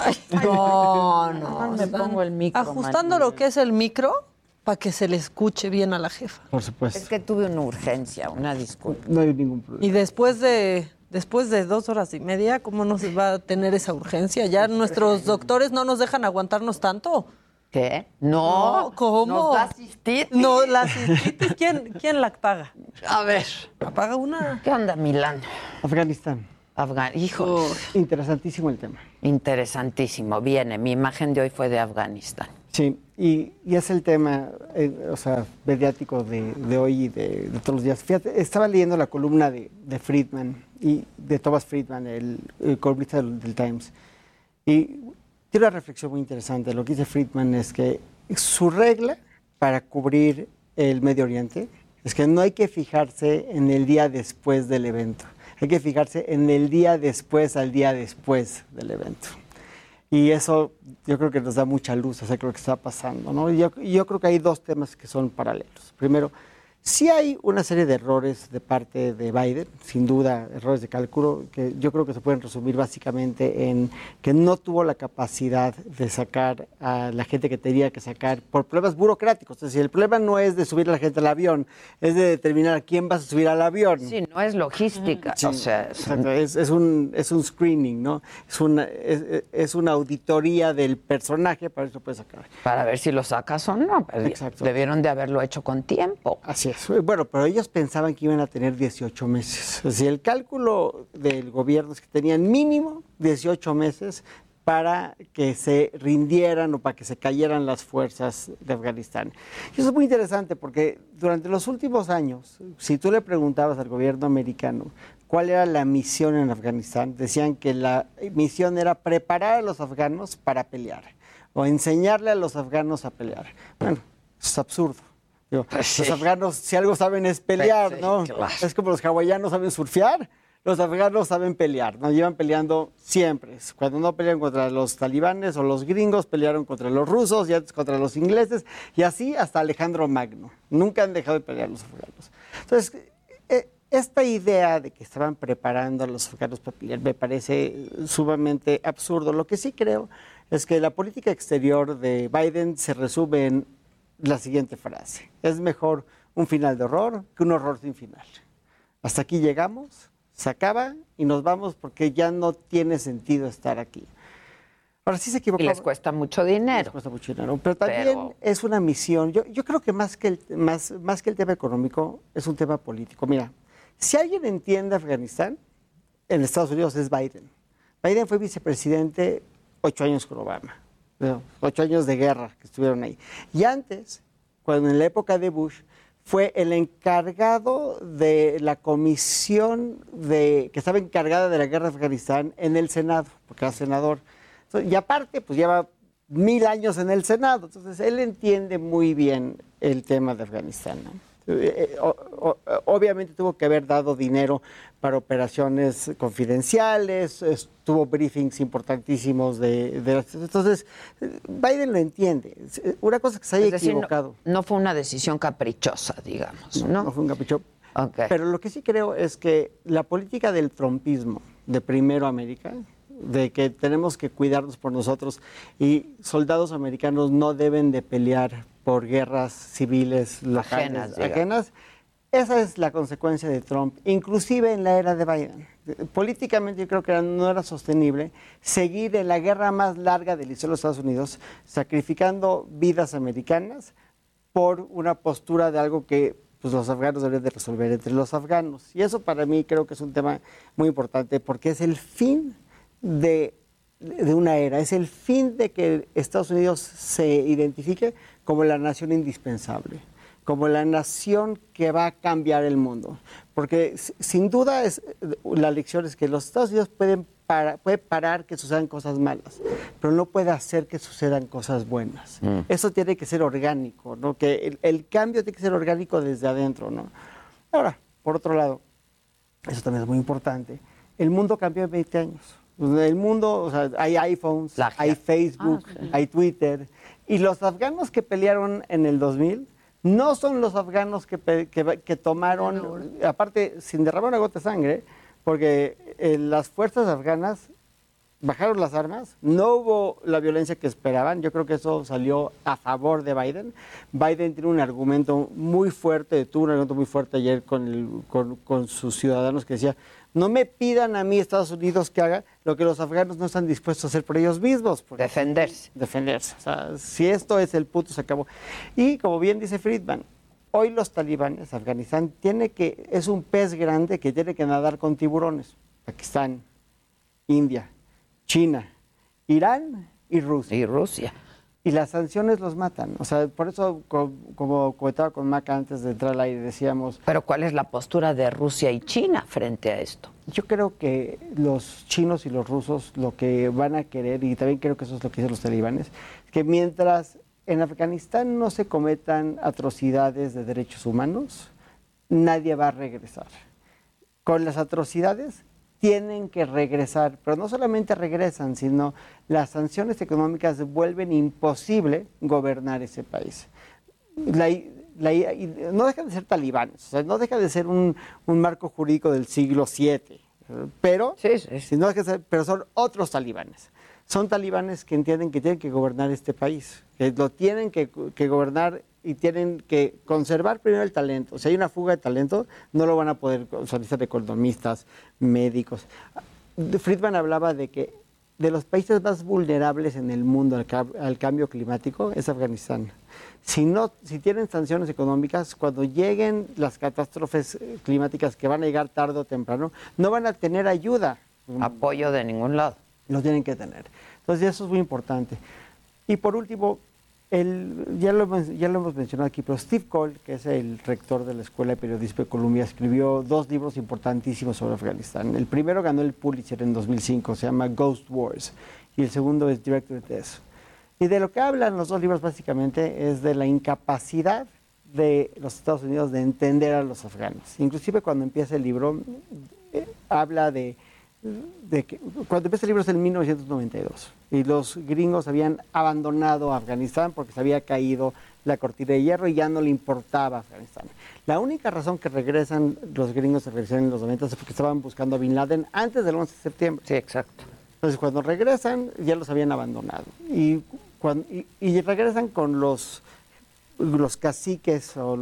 No, me pongo el micro. Ajustando lo que es el micro para que se le escuche bien a la jefa. Por supuesto. Es que tuve una urgencia, una disculpa. No hay ningún problema. Y después de 2 horas y media, ¿cómo no se va a tener esa urgencia? ¿Ya nuestros doctores no nos dejan aguantarnos tanto? ¿Qué? No, ¿cómo? ¿Nos da cistitis? No, la cistitis, ¿quién la paga? A ver. ¿La paga una? ¿Qué onda, Milán? Afganistán. Hijo. Interesantísimo el tema. Interesantísimo. Viene, mi imagen de hoy fue de Afganistán. Sí, y es el tema, mediático de hoy y de todos los días. Fíjate, estaba leyendo la columna de Friedman, y de Thomas Friedman, el columnista del Times, y tiene una reflexión muy interesante. Lo que dice Friedman es que su regla para cubrir el Medio Oriente es que no hay que fijarse en el día después del evento, hay que fijarse en el día después al día después del evento. Y eso yo creo que nos da mucha luz acerca de lo que está pasando, ¿no? Yo creo que hay dos temas que son paralelos. Primero, sí hay una serie de errores de parte de Biden, sin duda, errores de cálculo, que yo creo que se pueden resumir básicamente en que no tuvo la capacidad de sacar a la gente que tenía que sacar por problemas burocráticos. Es decir, el problema no es de subir a la gente al avión, es de determinar a quién vas a subir al avión. Sí, no es logística. Sí, o sea, exacto, es un screening, ¿no? Es una auditoría del personaje, para eso puedes sacar. Para ver si lo sacas o no. Exacto. Debieron de haberlo hecho con tiempo. Así es. Bueno, pero ellos pensaban que iban a tener 18 meses. Es decir, el cálculo del gobierno es que tenían mínimo 18 meses para que se rindieran o para que se cayeran las fuerzas de Afganistán. Y eso es muy interesante porque durante los últimos años, si tú le preguntabas al gobierno americano cuál era la misión en Afganistán, decían que la misión era preparar a los afganos para pelear o enseñarle a los afganos a pelear. Bueno, eso es absurdo. Los afganos, si algo saben, es pelear, ¿no? Claro. Es como los hawaianos saben surfear, los afganos saben pelear, ¿no? Llevan peleando siempre. Cuando no pelean contra los talibanes o los gringos, pelearon contra los rusos y antes contra los ingleses, y así hasta Alejandro Magno. Nunca han dejado de pelear los afganos. Entonces, esta idea de que estaban preparando a los afganos para pelear me parece sumamente absurdo. Lo que sí creo es que la política exterior de Biden se resume en la siguiente frase: es mejor un final de horror que un horror sin final. Hasta aquí llegamos, se acaba y nos vamos porque ya no tiene sentido estar aquí. Ahora sí se equivocó. Y les cuesta mucho dinero. Les cuesta mucho dinero, pero también es una misión. Yo creo que más que el tema económico es un tema político. Mira, si alguien entiende Afganistán en Estados Unidos es Biden. Biden fue vicepresidente 8 años con Obama. 8 años de guerra que estuvieron ahí. Y antes, cuando en la época de Bush, fue el encargado de la comisión que estaba encargada de la guerra de Afganistán en el Senado, porque era senador. Entonces, y aparte, pues lleva 1000 años en el Senado. Entonces, él entiende muy bien el tema de Afganistán, ¿no? Obviamente tuvo que haber dado dinero para operaciones confidenciales, tuvo briefings importantísimos entonces Biden lo entiende. Una cosa es que se haya equivocado. No fue una decisión caprichosa, digamos, ¿no? No fue un capricho. Okay. Pero lo que sí creo es que la política del trumpismo de Primero América, de que tenemos que cuidarnos por nosotros y soldados americanos no deben de pelear por guerras civiles locales, ajenas, esa es la consecuencia de Trump, inclusive en la era de Biden. Políticamente yo creo que no era sostenible seguir en la guerra más larga de la historia de los Estados Unidos, sacrificando vidas americanas por una postura de algo que pues, los afganos deberían de resolver entre los afganos. Y eso para mí creo que es un tema muy importante porque es el fin de una era, es el fin de que Estados Unidos se identifique como la nación indispensable, como la nación que va a cambiar el mundo. Porque sin duda la lección es que los Estados Unidos puede parar que sucedan cosas malas, pero no puede hacer que sucedan cosas buenas. Eso tiene que ser orgánico, ¿no? Que el cambio tiene que ser orgánico desde adentro, ¿no? Ahora, por otro lado, eso también es muy importante, el mundo cambió en 20 años. El mundo, o sea, hay iPhones, hay Facebook, hay Twitter. Y los afganos que pelearon en el 2000 no son los afganos que tomaron, aparte, sin derramar una gota de sangre, porque las fuerzas afganas bajaron las armas, no hubo la violencia que esperaban. Yo creo que eso salió a favor de Biden. Biden tiene un argumento muy fuerte, tuvo un argumento muy fuerte ayer con sus ciudadanos que decía: no me pidan a mí, Estados Unidos, que haga lo que los afganos no están dispuestos a hacer por ellos mismos. Defenderse. Defenderse. O sea, si esto es el punto, se acabó. Y como bien dice Friedman, hoy los talibanes, Afganistán, es un pez grande que tiene que nadar con tiburones. Pakistán, India, China, Irán y Rusia. Y las sanciones los matan. O sea, por eso, como comentaba con Maca antes de entrar al aire, decíamos... Pero ¿cuál es la postura de Rusia y China frente a esto? Yo creo que los chinos y los rusos lo que van a querer, y también creo que eso es lo que dicen los talibanes, es que mientras en Afganistán no se cometan atrocidades de derechos humanos, nadie va a regresar. Con las atrocidades tienen que regresar, pero no solamente regresan, sino las sanciones económicas vuelven imposible gobernar ese país. No dejan de ser talibanes, o sea, no deja de ser un marco jurídico del siglo VII, pero, no deja de ser, pero son otros talibanes. Son talibanes que entienden que tienen que gobernar este país, que lo tienen que gobernar y tienen que conservar primero el talento. Si hay una fuga de talento, no lo van a poder solicitar economistas, médicos. Friedman hablaba de que de los países más vulnerables en el mundo al cambio climático es Afganistán. Si tienen sanciones económicas, cuando lleguen las catástrofes climáticas que van a llegar tarde o temprano, no van a tener ayuda. Apoyo de ningún lado. Lo tienen que tener. Entonces eso es muy importante. Y por último, ya lo hemos mencionado aquí, pero Steve Coll, que es el rector de la Escuela de Periodismo de Columbia, escribió 2 libros importantísimos sobre Afganistán. El primero ganó el Pulitzer en 2005, se llama Ghost Wars, y el segundo es Directorate S. Y de lo que hablan los 2 libros básicamente es de la incapacidad de los Estados Unidos de entender a los afganos. Inclusive cuando empieza el libro, habla de que cuando empieza el libro es en 1992 y los gringos habían abandonado Afganistán porque se había caído la cortina de hierro y ya no le importaba Afganistán. La única razón que regresan los gringos a Afganistán en los 90 es porque estaban buscando a Bin Laden antes del 11 de septiembre. Sí, exacto. Entonces cuando regresan ya los habían abandonado y regresan con los caciques o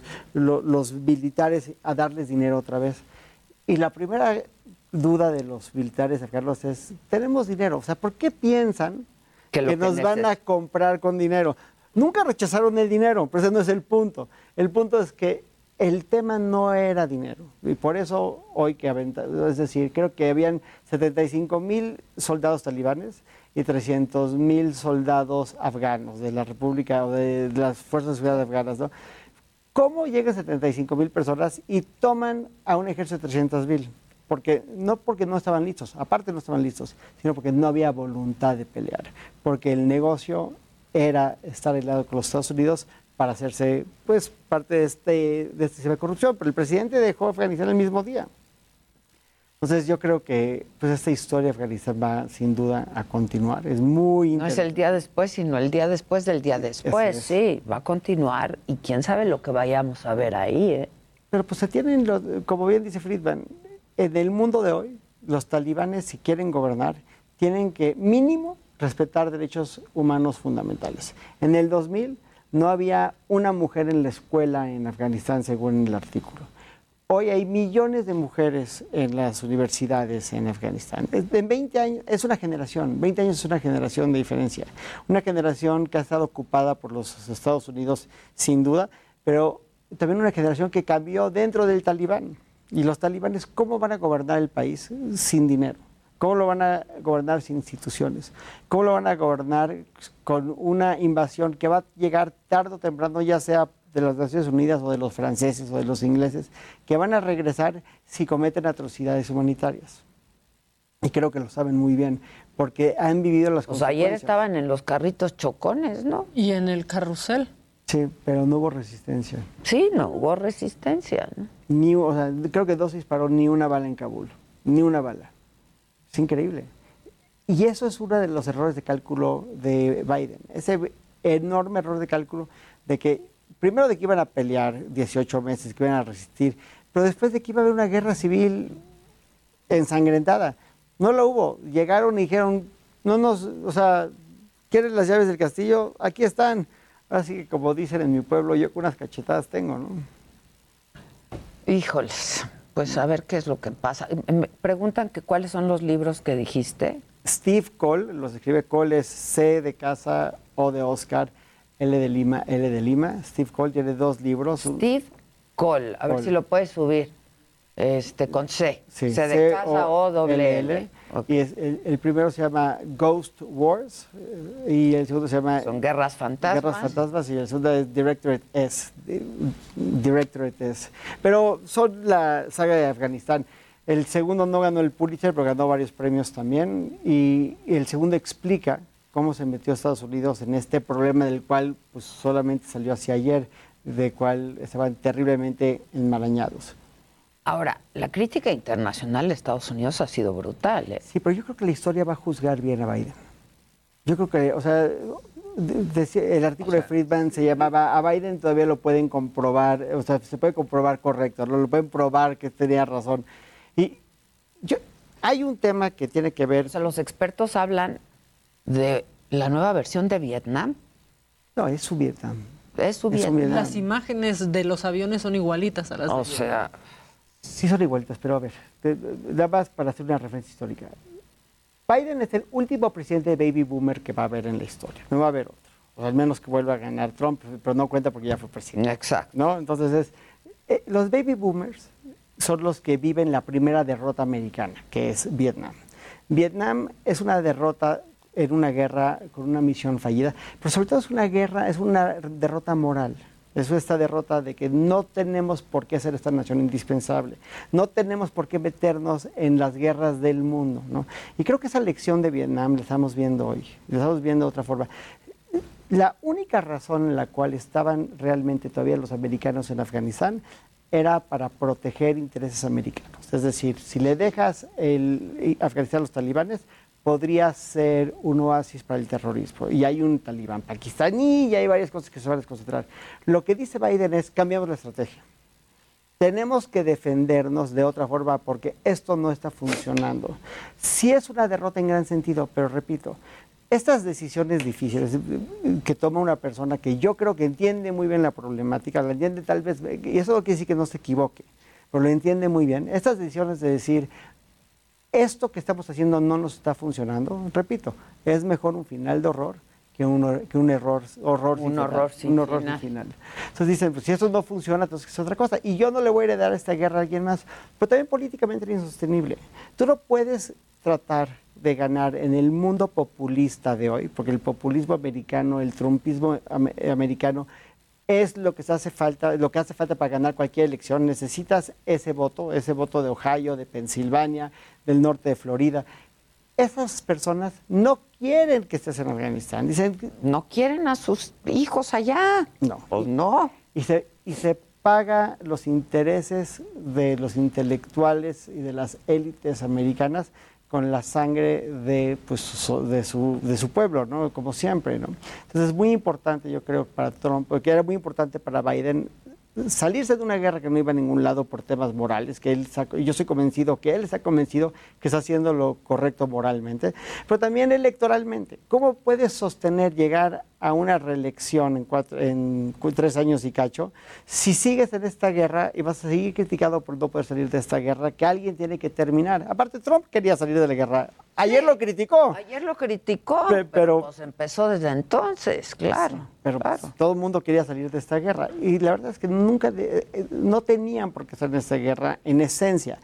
los militares a darles dinero otra vez. Y la primera duda de los militares afganos es, tenemos dinero, o sea, ¿por qué piensan que nos van a comprar con dinero? Nunca rechazaron el dinero, pero ese no es el punto. El punto es que el tema no era dinero, y por eso hoy es decir, creo que habían 75,000 soldados talibanes y 300,000 soldados afganos de la República o de las Fuerzas de Seguridad afganas, ¿no? ¿Cómo llegan 75,000 personas y toman a un ejército de 300,000? Porque no estaban listos, aparte no estaban listos, sino porque no había voluntad de pelear, porque el negocio era estar aliado con los Estados Unidos para hacerse pues parte de este sistema de corrupción, pero el presidente dejó Afganistán el mismo día. Entonces yo creo que pues esta historia de Afganistán va sin duda a continuar, es muy No es el día después, sino el día después del día después, sí, va a continuar y quién sabe lo que vayamos a ver ahí, ¿eh? Pero pues se tienen, como bien dice Friedman, en el mundo de hoy, los talibanes, si quieren gobernar, tienen que mínimo respetar derechos humanos fundamentales. En el 2000 no había una mujer en la escuela en Afganistán, según el artículo. Hoy hay millones de mujeres en las universidades en Afganistán. En 20 años es una generación, 20 años es una generación de diferencia. Una generación que ha estado ocupada por los Estados Unidos, sin duda, pero también una generación que cambió dentro del talibán. Y los talibanes, ¿cómo van a gobernar el país sin dinero? ¿Cómo lo van a gobernar sin instituciones? ¿Cómo lo van a gobernar con una invasión que va a llegar tarde o temprano, ya sea de las Naciones Unidas o de los franceses o de los ingleses, que van a regresar si cometen atrocidades humanitarias? Y creo que lo saben muy bien, porque han vivido las consecuencias. Ayer estaban en los carritos chocones, ¿no? Y en el carrusel. Sí, pero no hubo resistencia. Sí, no hubo resistencia, ¿no? Creo que no se disparó ni una bala en Kabul, ni una bala. Es increíble. Y eso es uno de los errores de cálculo de Biden. Ese enorme error de cálculo de que, primero de que iban a pelear 18 meses, que iban a resistir, pero después de que iba a haber una guerra civil ensangrentada. No lo hubo. Llegaron y dijeron, ¿quieren las llaves del castillo? Aquí están. Así que, como dicen en mi pueblo, yo con unas cachetadas tengo, ¿no? Híjoles, pues a ver qué es lo que pasa. Me preguntan que cuáles son los libros que dijiste. Steve Coll, los escribe Coll, es C de casa, O de Oscar, L de Lima, L de Lima. Steve Coll tiene 2 libros. Steve Coll, a ver si lo puedes subir. Con C. Sí, C de casa, O, doble L. Okay. Y el primero se llama Ghost Wars y el segundo se llama... Son Guerras Fantasmas. Guerras Fantasmas y el segundo es Directorate S. Pero son la saga de Afganistán. El segundo no ganó el Pulitzer, pero ganó varios premios también. Y el segundo explica cómo se metió Estados Unidos en este problema del cual pues, solamente salió hacia ayer, de cual estaban terriblemente enmarañados. Ahora, la crítica internacional de Estados Unidos ha sido brutal, ¿eh? Sí, pero yo creo que la historia va a juzgar bien a Biden. Yo creo que, o sea, el artículo de Friedman se llamaba "A Biden todavía lo pueden comprobar", o sea, se puede comprobar correcto, lo pueden probar que tenía razón. Y hay un tema que tiene que ver... O sea, los expertos hablan de la nueva versión de Vietnam. No, es su Vietnam. Es su Vietnam. Las imágenes de los aviones son igualitas a las de sea... Sí son igualitas, pero a ver, nada más para hacer una referencia histórica. Biden es el último presidente de baby boomer que va a haber en la historia. No va a haber otro. O al menos que vuelva a ganar Trump, pero no cuenta porque ya fue presidente. Exacto. ¿No? Entonces, los baby boomers son los que viven la primera derrota americana, que es Vietnam. Vietnam es una derrota en una guerra con una misión fallida, pero sobre todo es una guerra, es una derrota moral. Es esta derrota de que no tenemos por qué hacer esta nación indispensable, no tenemos por qué meternos en las guerras del mundo, ¿no? Y creo que esa lección de Vietnam la estamos viendo hoy, la estamos viendo de otra forma. La única razón en la cual estaban realmente todavía los americanos en Afganistán era para proteger intereses americanos. Es decir, si le dejas Afganistán a los talibanes, podría ser un oasis para el terrorismo. Y hay un talibán pakistaní y hay varias cosas que se van a desconcentrar. Lo que dice Biden es, cambiamos la estrategia. Tenemos que defendernos de otra forma porque esto no está funcionando. Sí es una derrota en gran sentido, pero repito, estas decisiones difíciles que toma una persona que yo creo que entiende muy bien la problemática, la entiende tal vez, y eso no quiere decir que no se equivoque, pero lo entiende muy bien. Estas decisiones de decir, esto que estamos haciendo no nos está funcionando, repito, es mejor un final de horror que un horror sin final. Entonces dicen, pues si eso no funciona, entonces es otra cosa. Y yo no le voy a heredar esta guerra a alguien más. Pero también políticamente es insostenible. Tú no puedes tratar de ganar en el mundo populista de hoy, porque el populismo americano, el trumpismo americano, es lo que hace falta para ganar cualquier elección. Necesitas ese voto de Ohio, de Pensilvania, del norte de Florida. Esas personas no quieren que estés en Afganistán. Dicen, no quieren a sus hijos allá. No. Y se paga los intereses de los intelectuales y de las élites americanas con la sangre de su pueblo, ¿no? Como siempre, ¿no? Entonces es muy importante, yo creo, para Trump, porque era muy importante para Biden salirse de una guerra que no iba a ningún lado por temas morales, que yo estoy convencido que él está convencido que está haciendo lo correcto moralmente, pero también electoralmente. ¿Cómo puedes sostener llegar a una reelección en 3 años y cacho si sigues en esta guerra y vas a seguir criticado por no poder salir de esta guerra que alguien tiene que terminar? Aparte, Trump quería salir de la guerra. Ayer lo criticó. Pero pues empezó desde entonces, claro. Pero claro. Pues, todo el mundo quería salir de esta guerra. Y la verdad es que no tenían por qué estar en esta guerra en esencia.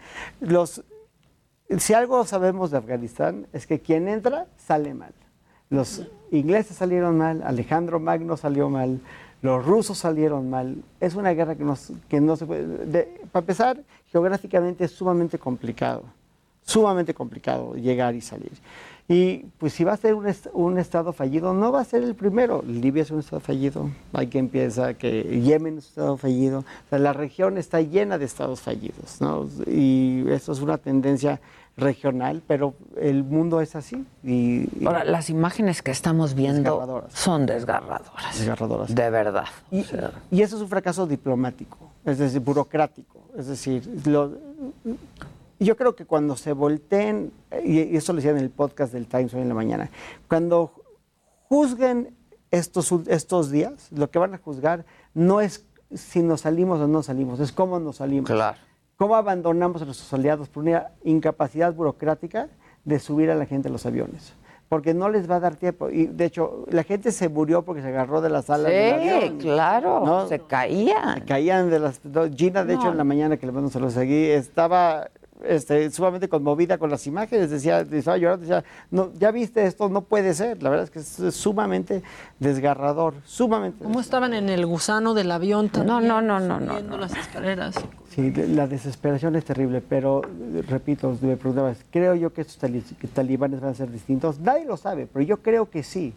Si algo sabemos de Afganistán es que quien entra sale mal. Los ingleses salieron mal, Alejandro Magno salió mal, los rusos salieron mal. Es una guerra que no se puede... para empezar, geográficamente es sumamente complicado llegar y salir. Y pues si va a ser un estado fallido, no va a ser el primero. Libia es un estado fallido, hay quien piensa que Yemen es un estado fallido. O sea, la región está llena de estados fallidos, ¿no? Y eso es una tendencia regional, pero el mundo es así. Ahora, las imágenes que estamos viendo son desgarradoras. Desgarradoras. De verdad. Y eso es un fracaso diplomático, es decir, burocrático. Es decir, yo creo que cuando se volteen, y eso lo decía en el podcast del Times hoy en la mañana, cuando juzguen estos días, lo que van a juzgar no es si nos salimos o no salimos, es cómo nos salimos. Claro. Cómo abandonamos a nuestros aliados por una incapacidad burocrática de subir a la gente a los aviones. Porque no les va a dar tiempo. Y de hecho, la gente se murió porque se agarró de las alas del avión. Sí, claro, ¿no? Se caían. Se caían de las... Gina, de hecho, en la mañana que le mando se lo seguí, estaba sumamente conmovida con las imágenes, estaba llorando, decía, no, ya viste esto, no puede ser. La verdad es que es sumamente desgarrador, sumamente. ¿Cómo estaban en el gusano del avión también? No. Las escaleras. Sí, la desesperación es terrible, pero repito, me preguntabas, ¿creo yo que estos talibanes van a ser distintos? Nadie lo sabe, pero yo creo que sí.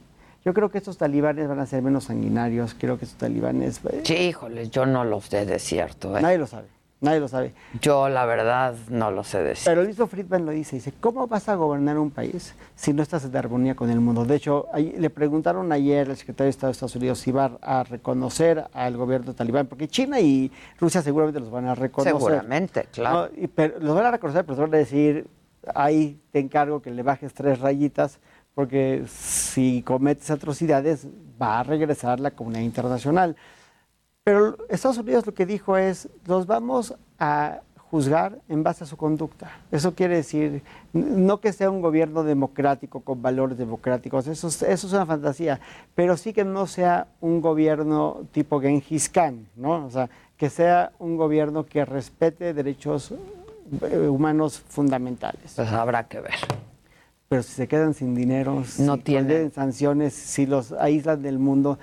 Yo creo que estos talibanes van a ser menos sanguinarios, creo que estos talibanes... Sí, híjole, yo no lo sé de cierto. Nadie lo sabe. Nadie lo sabe. Yo, la verdad, no lo sé decir. Pero el mismo Friedman lo dice, ¿cómo vas a gobernar un país si no estás en armonía con el mundo? De hecho, le preguntaron ayer al secretario de Estado de Estados Unidos si va a reconocer al gobierno talibán, porque China y Rusia seguramente los van a reconocer. Seguramente, claro. ¿No? Pero los van a reconocer, pero te van a decir, ahí te encargo que le bajes 3 rayitas, porque si cometes atrocidades va a regresar la comunidad internacional. Pero Estados Unidos lo que dijo es, los vamos a juzgar en base a su conducta. Eso quiere decir, no que sea un gobierno democrático con valores democráticos, eso es una fantasía, pero sí que no sea un gobierno tipo Genghis Khan, ¿no? O sea, que sea un gobierno que respete derechos humanos fundamentales. Pues habrá que ver. Pero si se quedan sin dinero, no tienen sanciones, si los aíslan del mundo,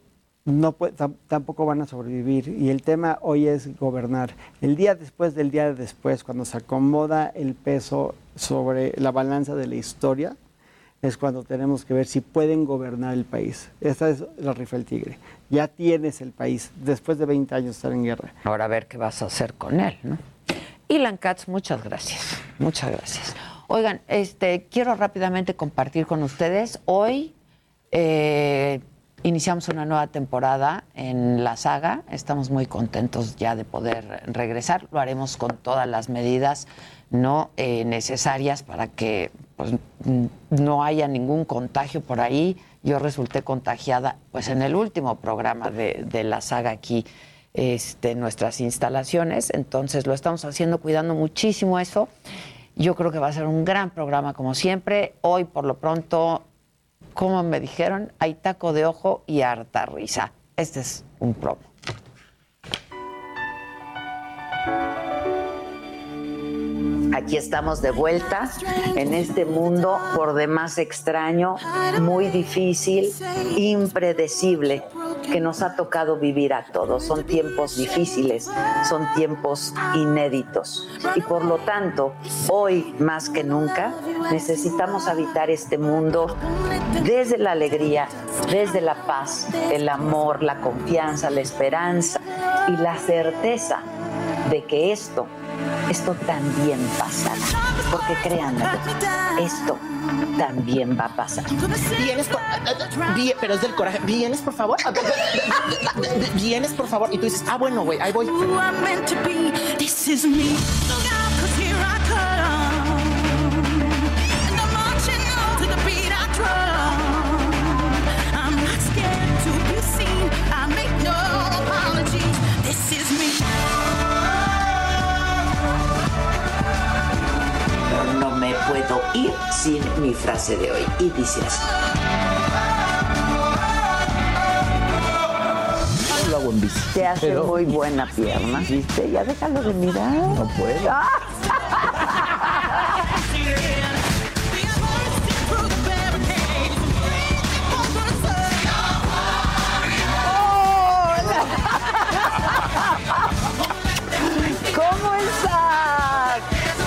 tampoco van a sobrevivir. Y el tema hoy es gobernar. El día después del día después, cuando se acomoda el peso sobre la balanza de la historia, es cuando tenemos que ver si pueden gobernar el país. Esta es la rifa del tigre. Ya tienes el país, después de 20 años de estar en guerra. Ahora a ver qué vas a hacer con él, ¿no? Ilan Katz, muchas gracias. Muchas gracias. Oigan, quiero rápidamente compartir con ustedes. Hoy iniciamos una nueva temporada en la saga. Estamos muy contentos ya de poder regresar. Lo haremos con todas las medidas necesarias para que pues, no haya ningún contagio por ahí. Yo resulté contagiada pues en el último programa de la saga aquí en nuestras instalaciones. Entonces lo estamos haciendo, cuidando muchísimo eso. Yo creo que va a ser un gran programa como siempre. Hoy por lo pronto, como me dijeron, hay taco de ojo y harta risa. Este es un promo. Aquí estamos de vuelta en este mundo por demás extraño, muy difícil, impredecible, que nos ha tocado vivir a todos. Son tiempos difíciles, son tiempos inéditos. Y por lo tanto, hoy más que nunca, necesitamos habitar este mundo desde la alegría, desde la paz, el amor, la confianza, la esperanza y la certeza de que esto también pasará. Porque créanme, esto también va a pasar. Pero es del coraje. ¿Vienes, por favor? ¿Vienes, por favor? Y tú dices, bueno, güey, ahí voy. No me puedo ir sin mi frase de hoy. Y dice así. Lo hago en bici. Te hace muy buena pierna. ¿Viste? Ya déjalo de mirar. No puedo. ¿Cómo estás?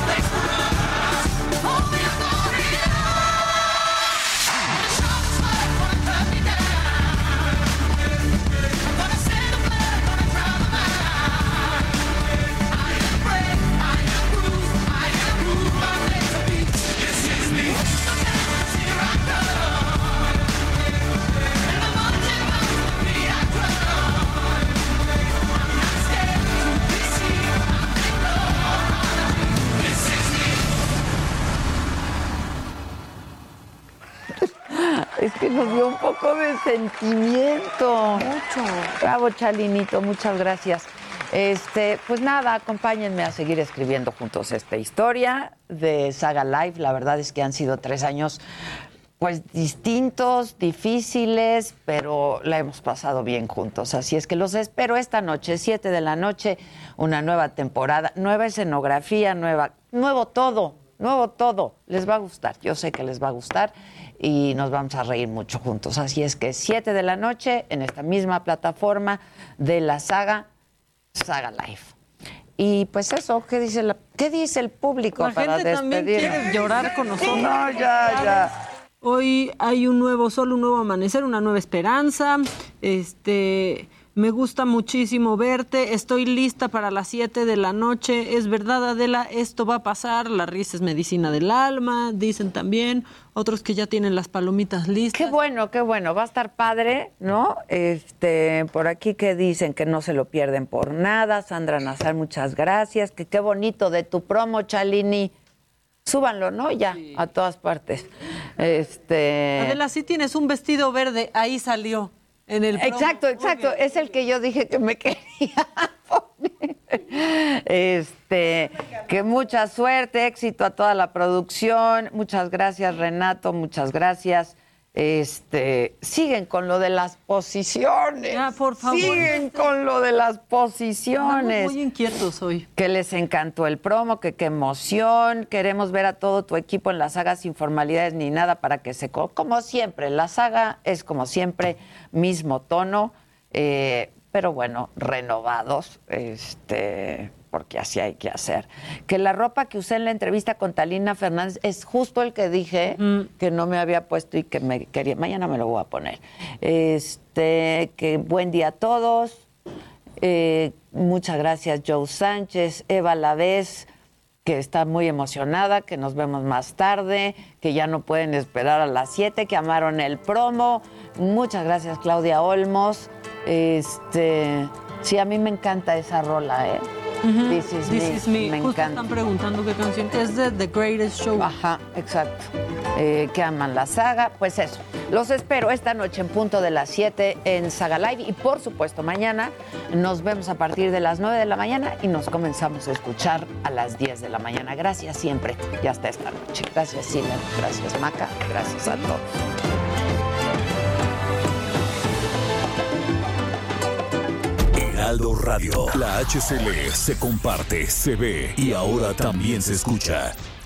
Es que nos dio un poco de sentimiento. Mucho. Bravo, Chalinito, muchas gracias. Pues nada, acompáñenme a seguir escribiendo juntos esta historia de Saga Live. La verdad es que han sido 3 años pues distintos, difíciles, pero la hemos pasado bien juntos. Así es que los espero esta noche, 7 de la noche, una nueva temporada, nueva escenografía, nuevo todo. Les va a gustar, yo sé que les va a gustar y nos vamos a reír mucho juntos. Así es que 7 de la noche en esta misma plataforma de la Saga Live. Y pues eso, ¿qué dice el público la para gente despedir? También quiere llorar con nosotros. No, ya. Hoy hay un nuevo sol, un nuevo amanecer, una nueva esperanza. Me gusta muchísimo verte. Estoy lista para las 7 de la noche. Es verdad, Adela, esto va a pasar. La risa es medicina del alma, dicen también. Otros que ya tienen las palomitas listas. Qué bueno. Va a estar padre, ¿no? Por aquí que dicen que no se lo pierden por nada. Sandra Nazar, muchas gracias. Que qué bonito de tu promo, Chalini. Súbanlo, ¿no? Ya, sí. A todas partes. Adela, sí tienes un vestido verde. Ahí salió. En el promo. Exacto. Es el que yo dije que me quería poner. Que mucha suerte, éxito a toda la producción. Muchas gracias, Renato, muchas gracias. Siguen con lo de las posiciones. Ya, por favor. Siguen con lo de las posiciones. Estamos muy inquietos hoy. Que les encantó el promo, que qué emoción. Queremos ver a todo tu equipo en la saga sin formalidades ni nada para que se... Como siempre, la saga es como siempre, mismo tono, pero bueno, renovados, porque así hay que hacer. Que la ropa que usé en la entrevista con Talina Fernández es justo el que dije que no me había puesto y que me quería. Mañana me lo voy a poner. Que buen día a todos. Muchas gracias, Joe Sánchez. Eva Lavés, que está muy emocionada, que nos vemos más tarde, que ya no pueden esperar a las 7, que amaron el promo. Muchas gracias, Claudia Olmos. Sí, a mí me encanta esa rola, ¿eh? This is me. Me Justo encanta. Están preguntando qué canción es de The Greatest Show. Ajá, exacto. Que aman la saga. Pues eso. Los espero esta noche en punto de las 7 en Saga Live. Y por supuesto, mañana nos vemos a partir de las 9 de la mañana y nos comenzamos a escuchar a las 10 de la mañana. Gracias siempre y hasta esta noche. Gracias, Silvia. Gracias, Maca. Gracias a todos. Heraldo Radio. La HCL se comparte, se ve y ahora también se escucha.